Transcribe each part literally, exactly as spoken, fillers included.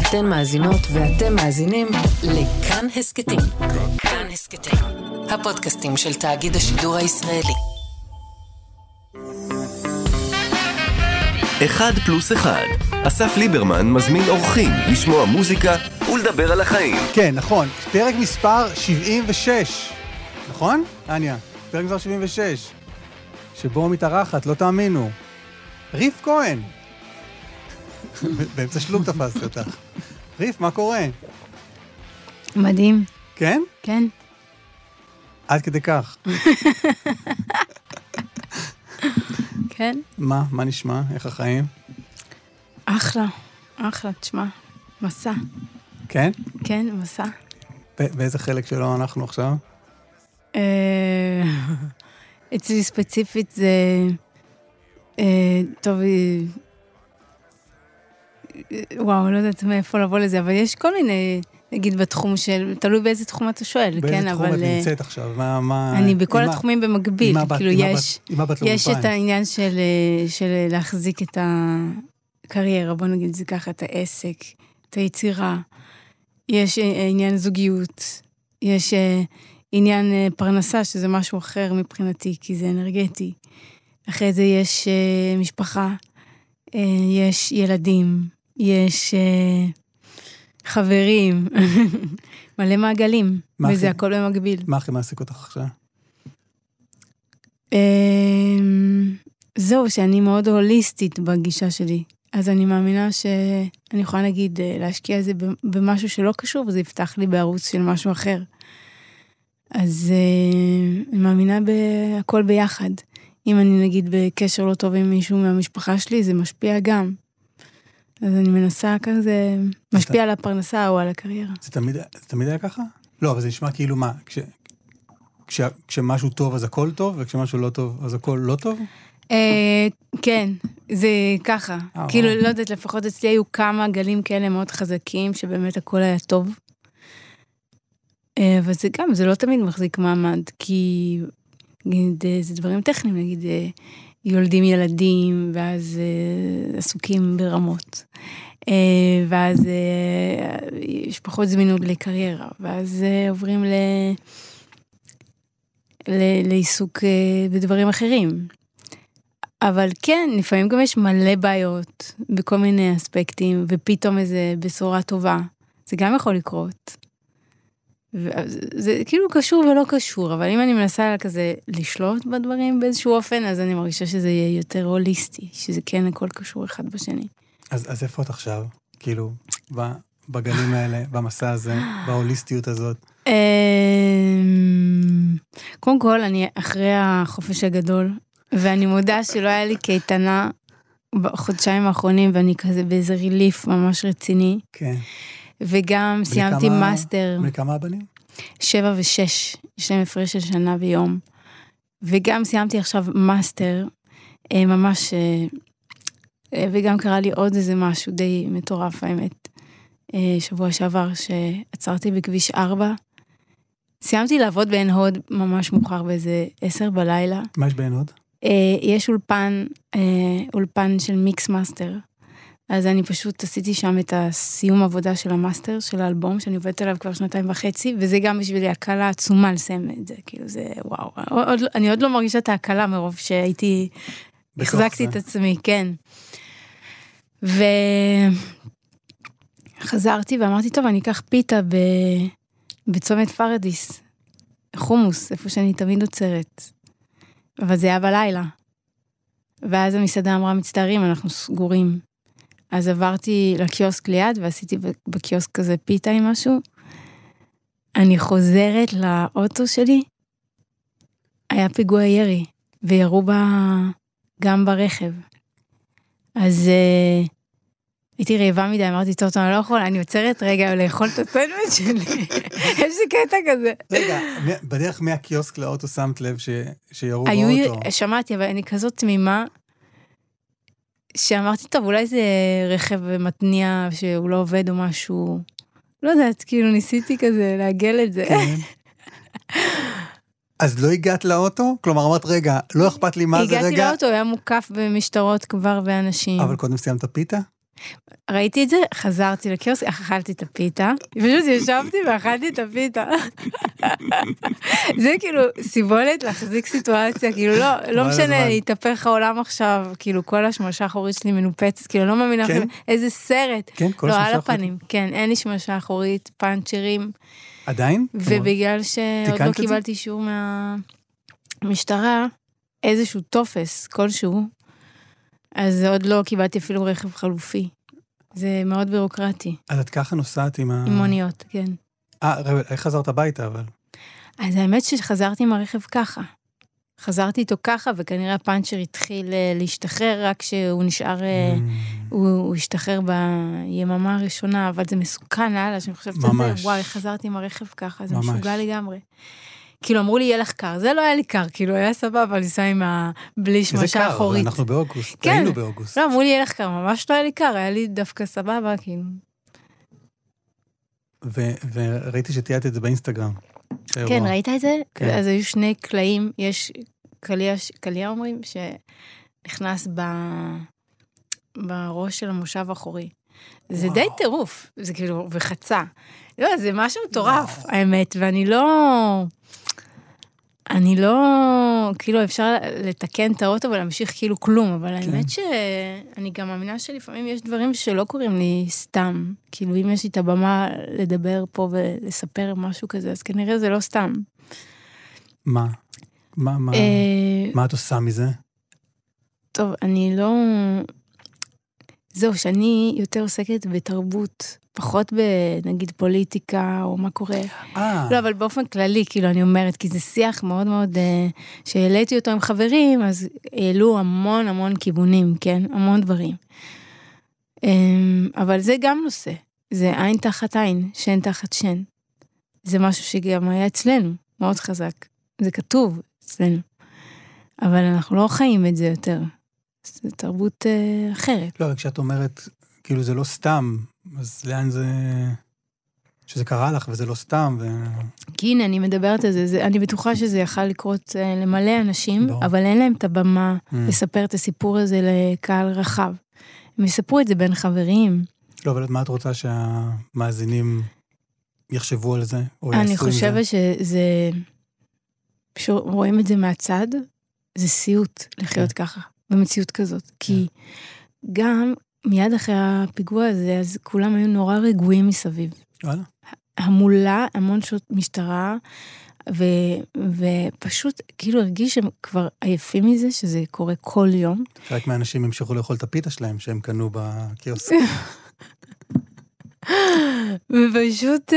אתן מאזינות ואתם מאזינים לכאן הסקטים. כאן הסקטים, הפודקאסטים של תאגיד השידור הישראלי. אחד פלוס אחד. אסף ליברמן מזמין אורחים לשמוע מוזיקה ולדבר על החיים. כן, נכון. פרק מספר שבעים ושש. נכון? אניה, פרק מספר שבעים ושש. שבו מתארחת, לא תאמינו. ריף כהן. באמצע שלום תפסתי אותך. ריף, מה קורה? מדהים. כן? כן. עד כדי כך. כן. מה? מה נשמע? איך החיים? אחלה. אחלה, תשמע. מסע. כן? כן, מסע. באיזה חלק שלו אנחנו עכשיו? אצלי ספציפית זה... טוב, וואו, לא יודעת מאיפה לבוא לזה, אבל יש כל מיני, נגיד בתחום של, תלוי באיזה תחום אתה שואל, כן, אבל... באיזה תחום את נמצאת עכשיו? מה, מה... אני בכל התחומים במקביל, כאילו יש, יש את העניין של, של להחזיק את הקריירה, בוא נגיד זה ככה, את העסק, את היצירה, יש עניין זוגיות, יש עניין פרנסה, שזה משהו אחר מבחינתי, כי זה אנרגטי. אחרי זה יש משפחה, יש ילדים, יש חברים, מלא מעגלים, וזה הכל במקביל. מה הכי מעסיק אותך עכשיו? זהו, שאני מאוד הוליסטית בגישה שלי. אז אני מאמינה שאני יכולה נגיד להשקיע זה במשהו שלא קשור, וזה יפתח לי בערוץ של משהו אחר. אז אני מאמינה בהכל ביחד. אם אני נגיד בקשר לא טוב עם מישהו מהמשפחה שלי, זה משפיע גם. אז אני מנסה כזה, משפיע על הפרנסה או על הקריירה. זה תמיד, זה תמיד היה ככה? לא, אבל זה נשמע כאילו מה, כש, כש, כשמשהו טוב אז הכל טוב, וכשמשהו לא טוב אז הכל לא טוב? אה, כן, זה ככה. כאילו, לא יודעת, לפחות אצלי היו כמה גלים כאלה מאוד חזקים, שבאמת הכל היה טוב. אבל זה גם, זה לא תמיד מחזיק מעמד, כי... נגיד, זה דברים טכניים, נגיד, יולדים ילדים, ואז עסוקים ברמות, ואז יש פחות זמינות לקריירה, ואז עוברים ל... ל... לעיסוק בדברים אחרים. אבל כן, לפעמים גם יש מלא בעיות, בכל מיני אספקטים, ופתאום איזה בשורה טובה. זה גם יכול לקרות. זה כאילו קשור ולא קשור, אבל אם אני מנסה כזה לשלוט בדברים באיזשהו אופן, אז אני מרגישה שזה יהיה יותר הוליסטי, שזה כן הכל קשור אחד בשני. אז, אז איפה את עכשיו? כאילו, בגלים האלה, במסע הזה, בהוליסטיות הזאת? קודם כל, אני אחרי החופש הגדול, ואני מודה שלא היה לי קייטנה בחודשיים האחרונים, ואני כזה באיזה ריליף ממש רציני. כן. וגם סיימתי מאסטר. מכמה הבנים? שבע ושש, יש להם הפרש של שנה ויום. וגם סיימתי עכשיו מאסטר, ממש, וגם קרה לי עוד איזה משהו די מטורף, האמת. שבוע שעבר שעצרתי בכביש ארבע, סיימתי לעבוד בעין הוד ממש מאוחר באיזה עשר בלילה. מה יש בעין הוד? יש אולפן, אולפן של מיקס מאסטר. אז אני פשוט עשיתי שם את הסיום עבודה של המאסטר, של האלבום, שאני עובדת עליו כבר שנתיים וחצי, וזה גם בשבילי הקלה עצומה לסיים את זה, כאילו זה, וואו, עוד, אני עוד לא מרגישה את ההקלה מרוב שהייתי, החזקתי את עצמי, כן. וחזרתי ואמרתי, טוב, אני אקח פיתה ב... בצומת פרדיס, חומוס, איפה שאני תמיד עוצרת, אבל זה היה בלילה. ואז המסעדה אמרה, מצטערים, אנחנו סגורים. אז עברתי לקיוסק ליד, ועשיתי בקיוסק כזה פיתה עם משהו. אני חוזרת לאוטו שלי, היה פיגוע ירי, וירו בה גם ברכב. אז uh, הייתי רעבה מדי, אמרתי, טוב, טוב, אני לא יכולה, אני יוצרת רגע לאכול את הסנדוויץ' שלי. יש לי קטע כזה. רגע, בדרך מהקיוסק לאוטו שמת לב ש... שירו באוטו. שמעתי, אבל אני כזאת תמימה, שאמרתי, טוב, אולי זה רכב מתניע שהוא לא עובד או משהו, לא יודעת, כאילו ניסיתי כזה לעגל את זה. כן. אז לא הגעת לאוטו? כלומר, אמרת, רגע, לא אכפת לי מה זה רגע? הגעתי לאוטו, היה מוקף במשטרות כבר באנשים. אבל קודם סיימת פיתה? ראיתי את זה, חזרתי לקיוסק, אכלתי את הפיתה, פשוט ישבתי ואכלתי את הפיתה. זה כאילו סיבולת להחזיק סיטואציה, כאילו לא, לא משנה, התהפך העולם עכשיו, כאילו כל השמשה האחורית שלי מנופצת, כאילו לא מאמינה לכם, איזה סרט. כן, כל לא, השמשה על הפנים, כן, אין לי שמשה אחורית, פאנצ'רים. עדיין? ובגלל שעוד לא קיבלתי אישור מהמשטרה, איזשהו טופס, כלשהו, אז עוד לא קיבלתי אפילו רכב חלופי. זה מאוד בירוקרטי. אז את ככה נוסעת עם ה... עם מוניות, כן. אה, איך חזרת הביתה, אבל? אז האמת שחזרתי עם הרכב ככה. חזרתי איתו ככה, וכנראה הפאנצ'ר התחיל להשתחרר, רק שהוא נשאר, mm. הוא, הוא השתחרר ביממה הראשונה, אבל זה מסוכן, הלאה, שאני חושבת ממש. על זה, וואי, חזרתי עם הרכב ככה, זה ממש. משוגע לגמרי. כאילו, אמרו לי, יהיה לך קר, זה לא היה לי קר, כאילו, היה סבבה, לנסוע עם הבלי שמשה אחורית. זה קר, אנחנו באוגוסט, כן. היינו באוגוסט. לא, אמרו לי, יהיה לך קר, ממש לא היה לי קר, היה לי דווקא סבבה, כאילו. ו- וראיתי שתיית את זה באינסטגרם. כן, ראית את זה? כן. אז היו שני קלעים, יש קליה, קליה אומרים, שנכנס ב... בראש של המושב האחורי. זה די טירוף, זה כאילו, וחצה. לא, זה משהו מטורף, האמת, ואני לא... אני לא... כאילו, אפשר לתקן את האוטו ולהמשיך כאילו כלום, אבל האמת שאני גם מאמינה שלפעמים יש דברים שלא קוראים לי סתם. כאילו, אם יש לי את הבמה לדבר פה ולספר משהו כזה, אז כנראה זה לא סתם. מה? מה, מה, מה את עושה מזה? טוב, אני לא... זהו, שאני יותר עוסקת בתרבות, פחות בנגיד פוליטיקה, או מה קורה. אה. לא, אבל באופן כללי, כאילו, אני אומרת, כי זה שיח מאוד מאוד, שהעליתי אותו עם חברים, אז העלו המון המון כיוונים, כן? המון דברים. אבל זה גם נושא. זה עין תחת עין, שן תחת שן. זה משהו שגם היה אצלנו, מאוד חזק. זה כתוב אצלנו. אבל אנחנו לא חיים את זה יותר. זה תרבות אה, אחרת. לא, כשאת אומרת, כאילו זה לא סתם, אז לאן זה... שזה קרה לך וזה לא סתם, ו... כי הנה, אני מדברת על זה, זה אני בטוחה שזה יכל לקרות אה, למלא אנשים, לא. אבל אין להם את הבמה mm. לספר את הסיפור הזה לקהל רחב. הם יספרו את זה בין חברים. לא, אבל מה את רוצה שהמאזינים יחשבו על זה? או יעשו עם זה? אני חושבת שזה... רואים את זה מהצד, זה סיוט לחיות כן. ככה. במציאות כזאת, כי גם מיד אחרי הפיגוע הזה, אז כולם היו נורא רגועים מסביב. וואלה. המולה, המון שעות משטרה, ו, ופשוט כאילו הרגיש שהם כבר עייפים מזה, שזה קורה כל יום. רק מהאנשים המשיכו לאכול את הפיתה שלהם, שהם קנו בקיוסק. ופשוט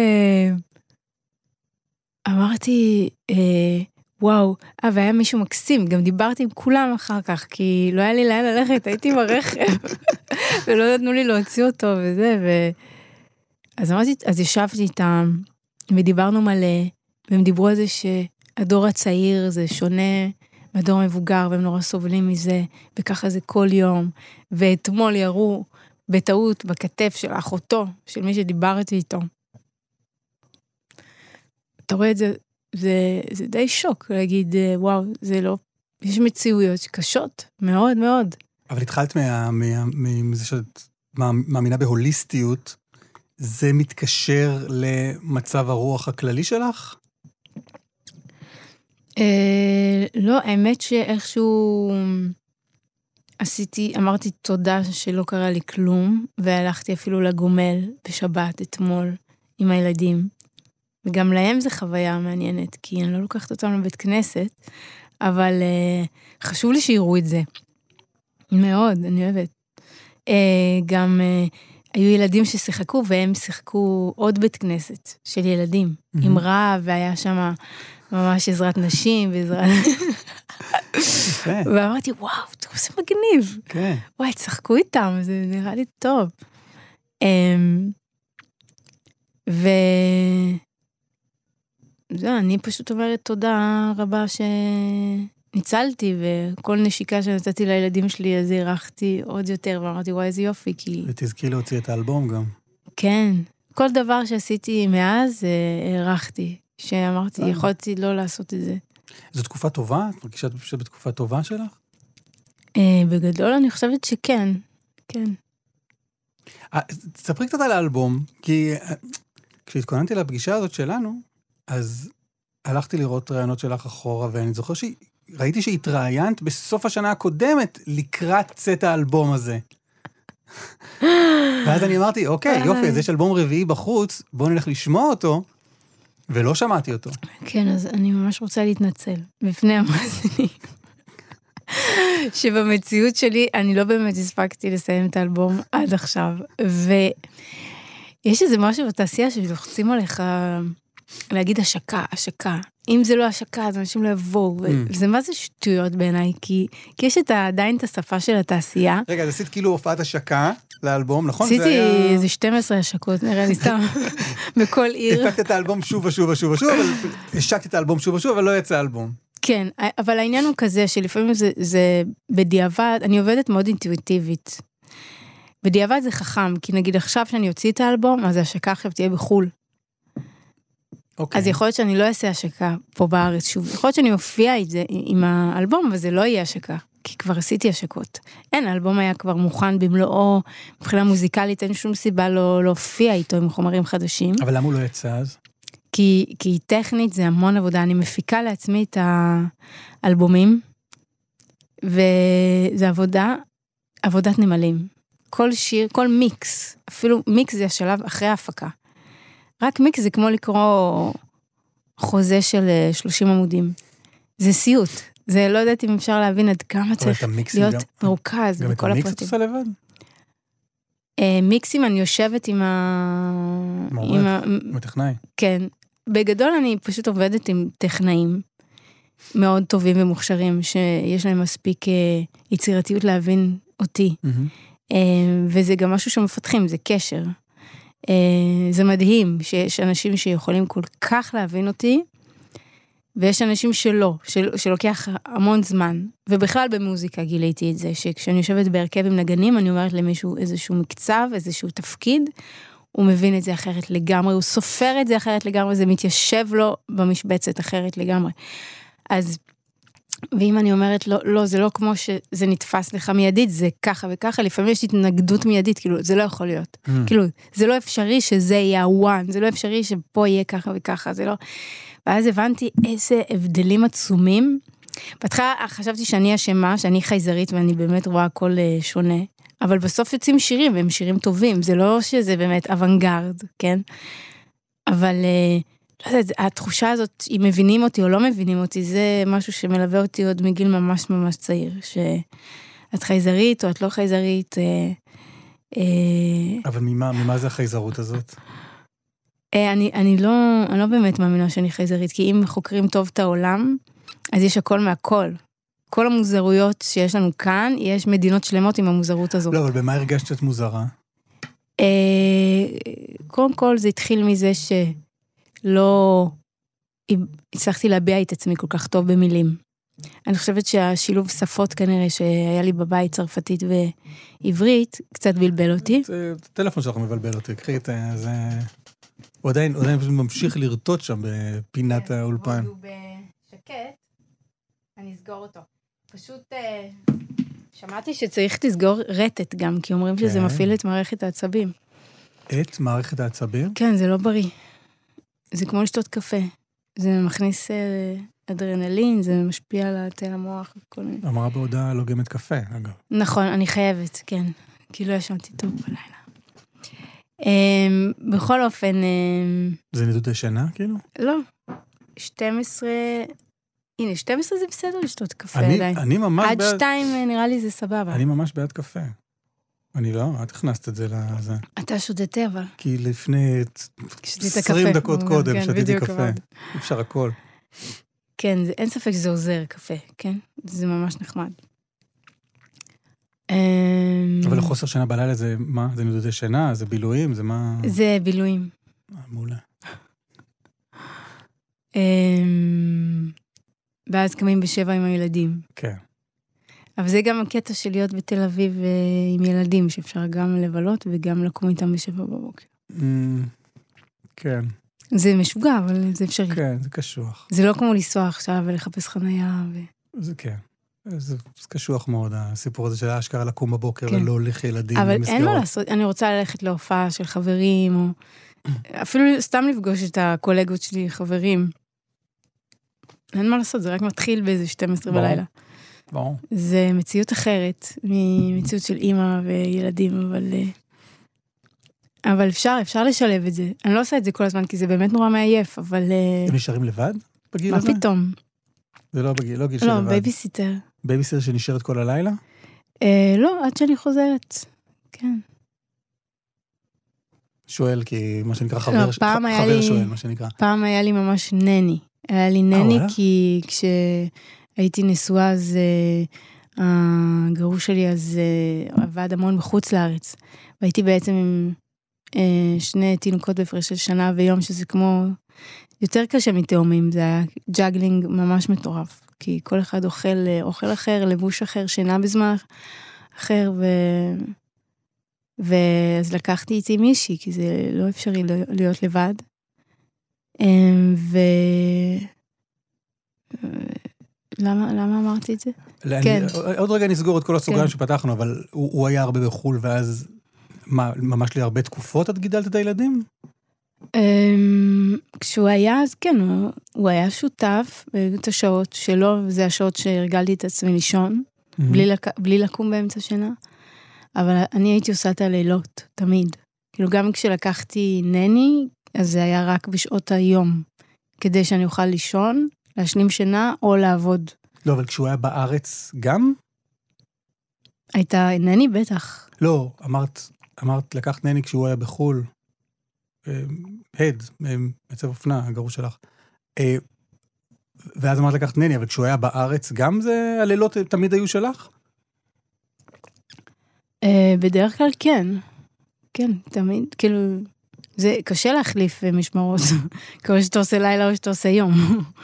אמרתי, וואו, אה, והיה מישהו מקסים, גם דיברתי עם כולם אחר כך, כי לא היה לי לאן ללכת, הייתי עם הרכב, ולא נתנו לי להוציא אותו וזה, ו... אז אמרתי, אז ישבתי איתם, ודיברנו מלא, והם דיברו על זה שהדור הצעיר זה שונה מהדור המבוגר, והם נורא סובלים מזה, וככה זה כל יום, ואתמול ירו בטעות בכתף של אחותו, של מי שדיברתי איתו. אתה רואה את זה, זה, זה די שוק להגיד, וואו, זה לא, יש מציאויות קשות, מאוד מאוד. אבל התחלת מה, מה, מזה שאת מאמינה בהוליסטיות, זה מתקשר למצב הרוח הכללי שלך? אה, לא, האמת שאיכשהו עשיתי, אמרתי תודה שלא קרה לי כלום, והלכתי אפילו לגומל בשבת אתמול עם הילדים. וגם להם זה חוויה מעניינת, כי אני לא לוקחת אותם לבית כנסת, אבל uh, חשוב לי שיראו את זה. מאוד, אני אוהבת. Uh, גם uh, היו ילדים ששיחקו, והם שיחקו עוד בית כנסת של ילדים, mm-hmm. עם רב, והיה שם ממש עזרת נשים, ועזרת... ואמרתי, וואו, זה עושה מגניב. כן. וואי, צחקו איתם, זה נראה לי טוב. Um, ו... זה, אני פשוט אומרת תודה רבה שניצלתי, וכל נשיקה שנתתי לילדים שלי, אז הרחתי עוד יותר, ואמרתי, וואי, איזה יופי, כי... ותזכי להוציא את האלבום גם. כן, כל דבר שעשיתי מאז, הרחתי, שאמרתי, יכולתי לא לעשות את זה. זו תקופה טובה? את מרגישה בתקופה טובה שלך? בגדול אני חושבת שכן, כן. תספרי קצת על האלבום, כי כשהתכוננתי לפגישה הזאת שלנו, אז הלכתי לראות רעיונות שלך אחורה, ואני זוכר שראיתי שהתראיינת בסוף השנה הקודמת לקראת צאת האלבום הזה. ואז אני אמרתי, אוקיי, יופי, אז יש אלבום רביעי בחוץ, בואו נלך לשמוע אותו, ולא שמעתי אותו. כן, אז אני ממש רוצה להתנצל בפני המאזינים. שבמציאות שלי, אני לא באמת הספקתי לסיים את האלבום עד עכשיו, ויש איזה משהו בתעשייה שלוחצים עליך להגיד השקה, השקה. אם זה לא השקה, אז אנשים לא יבואו, וזה מה זה שטויות בעיניי, כי יש עדיין את השפה של התעשייה. רגע, אז עשית כאילו הופעת השקה לאלבום, נכון? עשיתי איזה שתים עשרה השקות, נראה לי סתם, בכל עיר. הפקת את האלבום שוב ושוב ושוב ושוב, אבל השקת את האלבום שוב ושוב, אבל לא יצא האלבום. כן, אבל העניין הוא כזה, שלפעמים זה, זה בדיעבד, אני עובדת מאוד אינטואיטיבית. בדיעבד זה חכם, כי נגיד עכשיו שאני אוציא את האלבום, אז ההשקה עכשיו תהיה בחול. Okay. אז יכול להיות שאני לא אעשה השקה פה בארץ שוב. יכול להיות שאני מופיע את זה עם האלבום, אבל זה לא יהיה השקה, כי כבר עשיתי השקות. אין, האלבום היה כבר מוכן במלואו, מבחינה מוזיקלית, אין שום סיבה לא להופיע איתו עם חומרים חדשים. אבל למה הוא לא יצא אז? כי, כי טכנית זה המון עבודה, אני מפיקה לעצמי את האלבומים, וזה עבודה, עבודת נמלים. כל שיר, כל מיקס, אפילו מיקס זה השלב אחרי ההפקה. רק מיקס זה כמו לקרוא חוזה של שלושים עמודים. זה סיוט. זה לא יודעת אם אפשר להבין עד כמה צריך להיות מרוכז בכל הפרטים. גם את המיקס את עושה לבד? מיקסים אני יושבת עם ה... מעורך, עם הטכנאי. כן. בגדול אני פשוט עובדת עם טכנאים מאוד טובים ומוכשרים, שיש להם מספיק יצירתיות להבין אותי. וזה גם משהו שמפתחים, זה קשר. זה מדהים שיש אנשים שיכולים כל כך להבין אותי, ויש אנשים שלא, של, שלוקח המון זמן, ובכלל במוזיקה גיליתי את זה, שכשאני יושבת בהרכב עם נגנים, אני אומרת למישהו איזשהו מקצב, איזשהו תפקיד, הוא מבין את זה אחרת לגמרי, הוא סופר את זה אחרת לגמרי, זה מתיישב לו במשבצת אחרת לגמרי. אז, ואם אני אומרת, לא, לא, זה לא כמו שזה נתפס לך מיידית, זה ככה וככה, לפעמים יש התנגדות מיידית, כאילו, זה לא יכול להיות. Mm. כאילו, זה לא אפשרי שזה יהיה הוואן, זה לא אפשרי שפה יהיה ככה וככה, זה לא... ואז הבנתי איזה הבדלים עצומים. בהתחלה חשבתי שאני אשמה, שאני חייזרית, ואני באמת רואה הכל שונה. אבל בסוף יוצאים שירים, והם שירים טובים. זה לא שזה באמת אוונגרד, כן? אבל לא יודעת, התחושה הזאת, אם מבינים אותי או לא מבינים אותי, זה משהו שמלווה אותי עוד מגיל ממש ממש צעיר. שאת חייזרית או את לא חייזרית. אבל ממה, ממה זה החייזרות הזאת? אני, אני לא, אני לא באמת מאמינה שאני חייזרית, כי אם חוקרים טוב את העולם, אז יש הכל מהכל. כל המוזרויות שיש לנו כאן, יש מדינות שלמות עם המוזרות הזאת. לא, אבל במה הרגשת את מוזרה? קודם כל זה התחיל מזה שלא הצלחתי להביע את עצמי כל כך טוב במילים. אני חושבת שהשילוב שפות כנראה שהיה לי בבית צרפתית ועברית, קצת בלבל אותי. הטלפון שלך מבלבל אותי, קחי את זה... הוא עדיין, הוא עדיין ממשיך לרטוט שם בפינת האולפן. הוא בשקט, אני אסגור אותו. פשוט שמעתי שצריך לסגור רטט גם, כי אומרים שזה מפעיל את מערכת העצבים. את מערכת העצבים? כן, זה לא בריא. זה כמו לשתות קפה. זה מכניס אדרנלין, זה משפיע על תא המוח. אמרה בהודעה לא גמת קפה, אגב. נכון, אני חייבת, כן. כי לא ישנתי טוב בלילה. בכל אופן... זה נדודי שנה, כאילו? לא. שתים עשרה... הנה, שתים עשרה זה בסדר לשתות קפה עדיין. אני ממש בעד... עד שתיים נראה לי זה סבבה. אני ממש בעד קפה. אני לא, את הכנסת את זה לזה. אתה שודתה, אבל. כי לפני עשרים דקות קודם כן, שתיתי קפה. אפשר הכל. כן, אין ספק שזה עוזר קפה, כן? זה ממש נחמד. אבל החוסר שינה בלילה זה מה? זה נדודי שינה? זה בילויים? זה מה? זה בילויים. מעולה. ואז קמים בשבע עם הילדים. כן. אבל זה גם הקטע של להיות בתל אביב עם ילדים, שאפשר גם לבלות וגם לקום איתם בשבע בבוקר. כן. זה משוגע, אבל זה אפשרי. כן, זה קשוח. זה לא כמו לנסוע עכשיו ולחפש חנייה. זה כן. זה קשוח מאוד, הסיפור הזה של האשכרה לקום בבוקר כן. ולא הולך ילדים אבל במסגרות. אין מה לעשות, אני רוצה ללכת להופעה של חברים, או אפילו סתם לפגוש את הקולגות שלי, חברים. אין מה לעשות, זה רק מתחיל באיזה שתים עשרה ברור. בלילה. ברור. זה מציאות אחרת, ממציאות של אימא וילדים, אבל... אבל אפשר, אפשר לשלב את זה. אני לא עושה את זה כל הזמן, כי זה באמת נורא מעייף, אבל... הם נשארים לבד בגיל מה הזה? פתאום? זה לא בגיל, לא גיל של לא, לבד. בייביסיטר. בייביסיטר שנשארת כל הלילה? אה, לא, עד שאני חוזרת. כן. שואל, כי מה שנקרא חבר, לא, פעם ח- היה חבר לי- שואל, מה שנקרא. פעם היה לי ממש נני. היה לי נני, וואלה? כי כשהייתי נשואה, אז אה, הגרוש שלי אז אה, עבד המון בחוץ לארץ. והייתי בעצם עם אה, שני תינוקות בהפרש של שנה ויום, שזה כמו יותר קשה מתאומים, זה היה ג'אגלינג ממש מטורף. כי כל אחד אוכל אה, אוכל אחר, לבוש אחר, שינה בזמן אחר, ו... ואז לקחתי איתי מישהי, כי זה לא אפשרי להיות לבד. ו... למה, למה אמרתי את זה? כן. אני, עוד רגע נסגור את כל הסוגריים כן. שפתחנו, אבל הוא, הוא היה הרבה בחול, ואז מה, ממש להרבה תקופות את גידלת את הילדים? כשהוא היה, אז כן, הוא, הוא היה שותף את השעות שלו, וזה השעות שהרגלתי את עצמי לישון, Mm-hmm. בלי, לק... בלי לקום באמצע שינה. אבל אני הייתי עושה את הלילות, תמיד. כאילו גם כשלקחתי נני, אז זה היה רק בשעות היום, כדי שאני אוכל לישון, להשלים שינה או לעבוד. לא, אבל כשהוא היה בארץ גם? הייתה נני בטח. לא, אמרת, אמרת לקחת נני כשהוא היה בחול. הד, מצב אופנה, הגרוש שלך. ואז אמרת לקחת נני, אבל כשהוא היה בארץ גם זה, הלילות תמיד היו שלך? בדרך כלל כן. כן, תמיד, כאילו, זה קשה להחליף משמרות. כמו שאתה עושה לילה או שאתה עושה יום.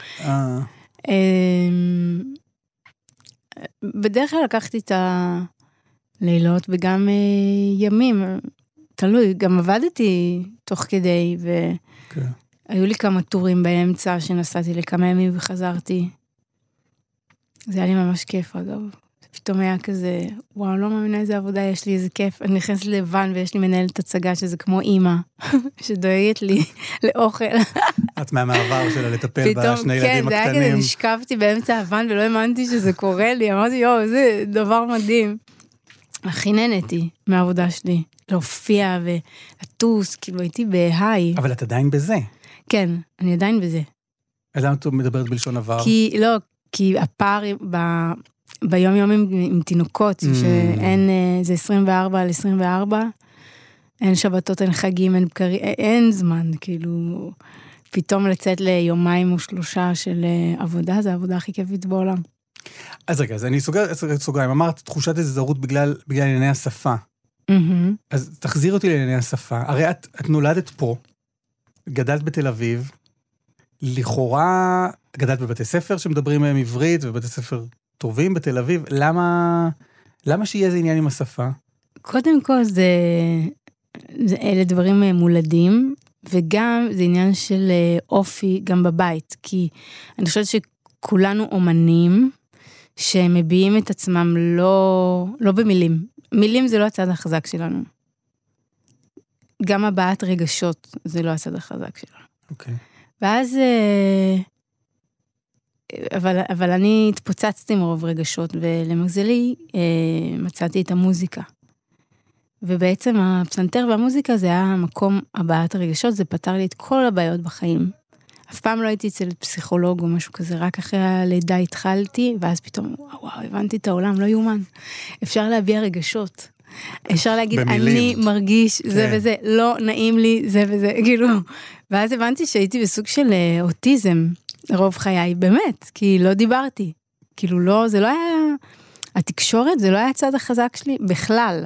בדרך כלל לקחתי את הלילות וגם ימים, תלוי, גם עבדתי תוך כדי, והיו לי כמה טורים באמצע שנסעתי לכמה ימים וחזרתי. זה היה לי ממש כיף אגב. פתאום היה כזה, וואו, לא מאמינה איזה עבודה, יש לי איזה כיף. אני נכנסת לבן ויש לי מנהלת הצגה שזה כמו אימא, שדואגת לי לאוכל. את מהמעבר שלה לטפל בשני ילדים הקטנים. כן, זה היה כזה, נשכבתי באמצע הוון ולא האמנתי שזה קורה לי. אמרתי, יואו, זה דבר מדהים. הכי נהניתי מהעבודה שלי, להופיע ולטוס, כאילו הייתי בהיי. אבל את עדיין בזה. כן, אני עדיין בזה. אז למה את מדברת בלשון עבר? כי, לא, כי הפער ב... ביום יום עם, עם תינוקות, mm. שאין, זה עשרים וארבע על עשרים וארבע, אין שבתות, אין חגים, אין בקרי, אין זמן, כאילו, פתאום לצאת ליומיים או שלושה של עבודה, זה העבודה הכי כיפית בעולם. אז רגע, אז אני סוגר, סוגריים, אמרת תחושת הזרות בגלל, בגלל ענייני השפה. Mm-hmm. אז תחזיר אותי לענייני השפה. הרי את, את נולדת פה, גדלת בתל אביב, לכאורה, גדלת בבתי ספר שמדברים מהם עברית, ובבתי ספר טובים בתל אביב, למה, למה שיהיה איזה עניין עם השפה? קודם כל זה, זה אלה דברים מולדים, וגם זה עניין של אופי גם בבית, כי אני חושבת שכולנו אומנים, שמביעים את עצמם לא, לא במילים. מילים זה לא הצד החזק שלנו. גם הבעת רגשות זה לא הצד החזק שלנו. אוקיי. ואז... אבל, אבל אני התפוצצתי מרוב רגשות, ולמזלי אה, מצאתי את המוזיקה. ובעצם הפסנתר והמוזיקה זה היה המקום הבעת הרגשות, זה פתר לי את כל הבעיות בחיים. אף פעם לא הייתי אצל פסיכולוג או משהו כזה, רק אחרי הלידה התחלתי, ואז פתאום, וואו, וואו, הבנתי את העולם, לא יומן. אפשר להביע רגשות. אפשר להגיד, במילים. אני מרגיש כן. זה וזה, לא נעים לי זה וזה, כאילו. ואז הבנתי שהייתי בסוג של אוטיזם, רוב חיי, באמת, כי לא דיברתי. כאילו לא, זה לא היה, התקשורת זה לא היה הצד החזק שלי בכלל.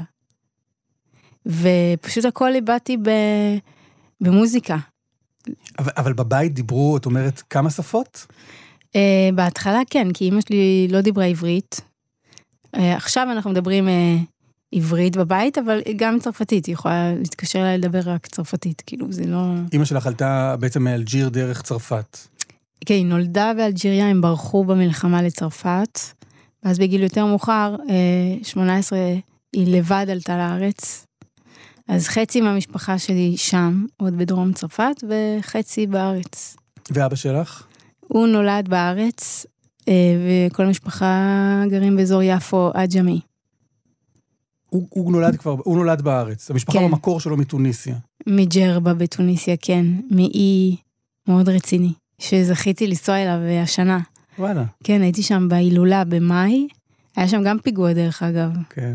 ופשוט הכל ליבאתי ב, במוזיקה. אבל, אבל בבית דיברו, את אומרת, כמה שפות? Uh, בהתחלה כן, כי אמא שלי לא דיברה עברית. Uh, עכשיו אנחנו מדברים uh, עברית בבית, אבל גם צרפתית, היא יכולה להתקשר אליי לדבר רק צרפתית, כאילו זה לא... אמא שלך עלתה בעצם מאלג'יר דרך צרפת. כן, היא נולדה באלג'יריה, הם ברחו במלחמה לצרפת, ואז בגיל יותר מאוחר, שמונה עשרה, היא לבד עלתה לארץ, אז חצי מהמשפחה שלי שם, עוד בדרום צרפת, וחצי בארץ. ואבא שלך? הוא נולד בארץ, וכל המשפחה גרים באזור יפו עד ג'מי. הוא, הוא נולד כבר, הוא נולד בארץ. המשפחה כן. במקור שלו מתוניסיה. מג'רבה בתוניסיה, כן. מאי מאוד רציני, שזכיתי לנסוע אליו השנה. וואלה. כן, הייתי שם בהילולה במאי, היה שם גם פיגוע דרך אגב. כן.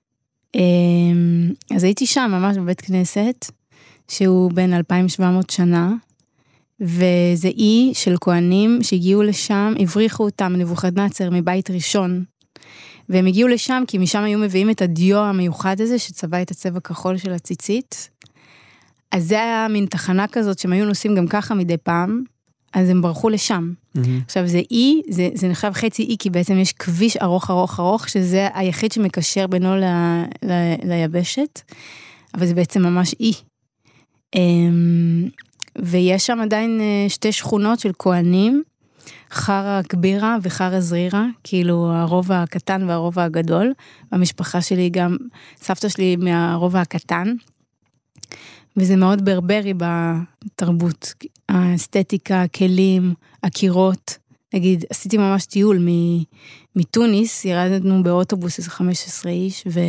אז הייתי שם ממש בבית כנסת, שהוא בין אלפיים ושבע מאות שנה, וזה אי של כהנים שהגיעו לשם, הבריחו אותם נבוכדנצר מבית ראשון, והם הגיעו לשם כי משם היו מביאים את הדיו המיוחד הזה, שצבע את הצבע כחול של הציצית. אז זה היה מין תחנה כזאת שהם היו נוסעים גם ככה מדי פעם, אז הם ברחו לשם. Mm-hmm. עכשיו זה אי, זה, זה נחשב חצי אי, כי בעצם יש כביש ארוך ארוך ארוך, שזה היחיד שמקשר בינו ל, ל, ליבשת, אבל זה בעצם ממש אי. ויש שם עדיין שתי שכונות של כהנים, חרה כבירה וחרה זרירה, כאילו הרובע הקטן והרובע הגדול, המשפחה שלי גם, סבתא שלי מהרובע הקטן, וזה מאוד ברברי בתרבות, האסתטיקה, הכלים, הקירות, נגיד, עשיתי ממש טיול מתוניס, ירדנו באוטובוס איזה חמש עשרה איש, ו...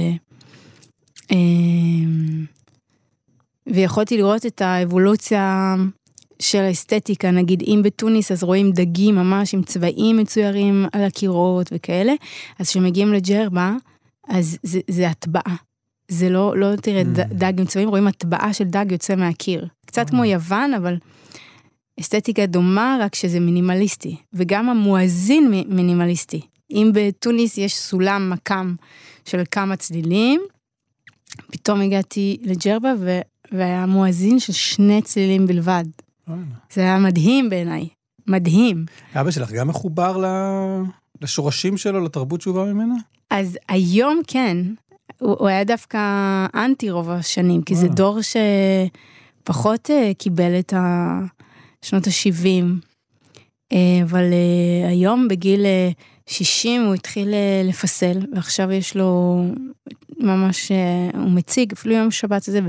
ויכולתי לראות את האבולוציה של האסתטיקה, נגיד אם בתוניס אז רואים דגים ממש עם צבעים מצוירים על הקירות וכאלה, אז כשמגיעים לג'רבה, אז זה, זה הטבעה. זה לא, לא תראה mm. דג עם צבעים, רואים הטבעה של דג יוצא מהקיר. קצת mm. כמו יוון, אבל אסתטיקה דומה, רק שזה מינימליסטי. וגם המואזין מינימליסטי. אם בתוניס יש סולם מקם של כמה צלילים, פתאום הגעתי לג'רבה, ו... והיה מואזין של שני צלילים בלבד. זה היה מדהים בעיניי. מדהים. אבא שלך גם מחובר לשורשים שלו, לתרבות שהוא בא ממנה? אז היום כן. הוא, הוא היה דווקא אנטי רוב השנים, כי זה דור שפחות קיבל את שנות ה-שבעים. אבל היום בגיל שישים הוא התחיל לפסל, ועכשיו יש לו ממש, הוא מציג, אפילו יום שבת הזה,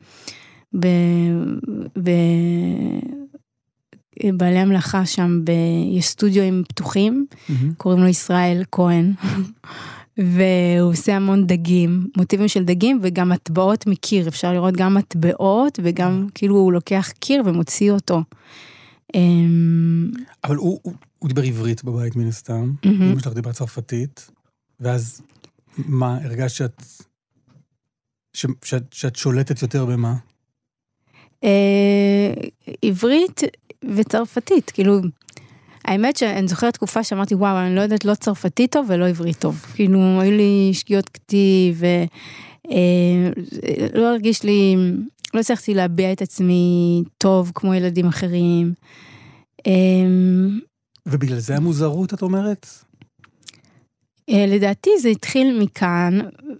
בבעלי המלאכה שם, יש סטודיו פתוחים, קוראים לו ישראל כהן, והוא עושה המון דגים, מוטיבים של דגים, וגם מטבעות מקיר, אפשר לראות גם מטבעות, וגם כאילו הוא לוקח קיר ומוציא אותו. אבל הוא, הוא, הוא דיבר עברית בבית מן הסתם, אמא שלך דיבר צרפתית, ואז מה, הרגשת שאת, ש, שאת, שאת שולטת יותר במה? עברית וצרפתית, כאילו, האמת שאני זוכרת תקופה שאמרתי, וואו, אני לא יודעת לא צרפתית טוב ולא עברית טוב. כאילו, היו לי שגיאות כתיב, ולא הרגיש לי, לא הצלחתי להביע את עצמי טוב כמו ילדים אחרים. ובגלל זה המוזרות, את אומרת? לדעתי זה התחיל מכאן,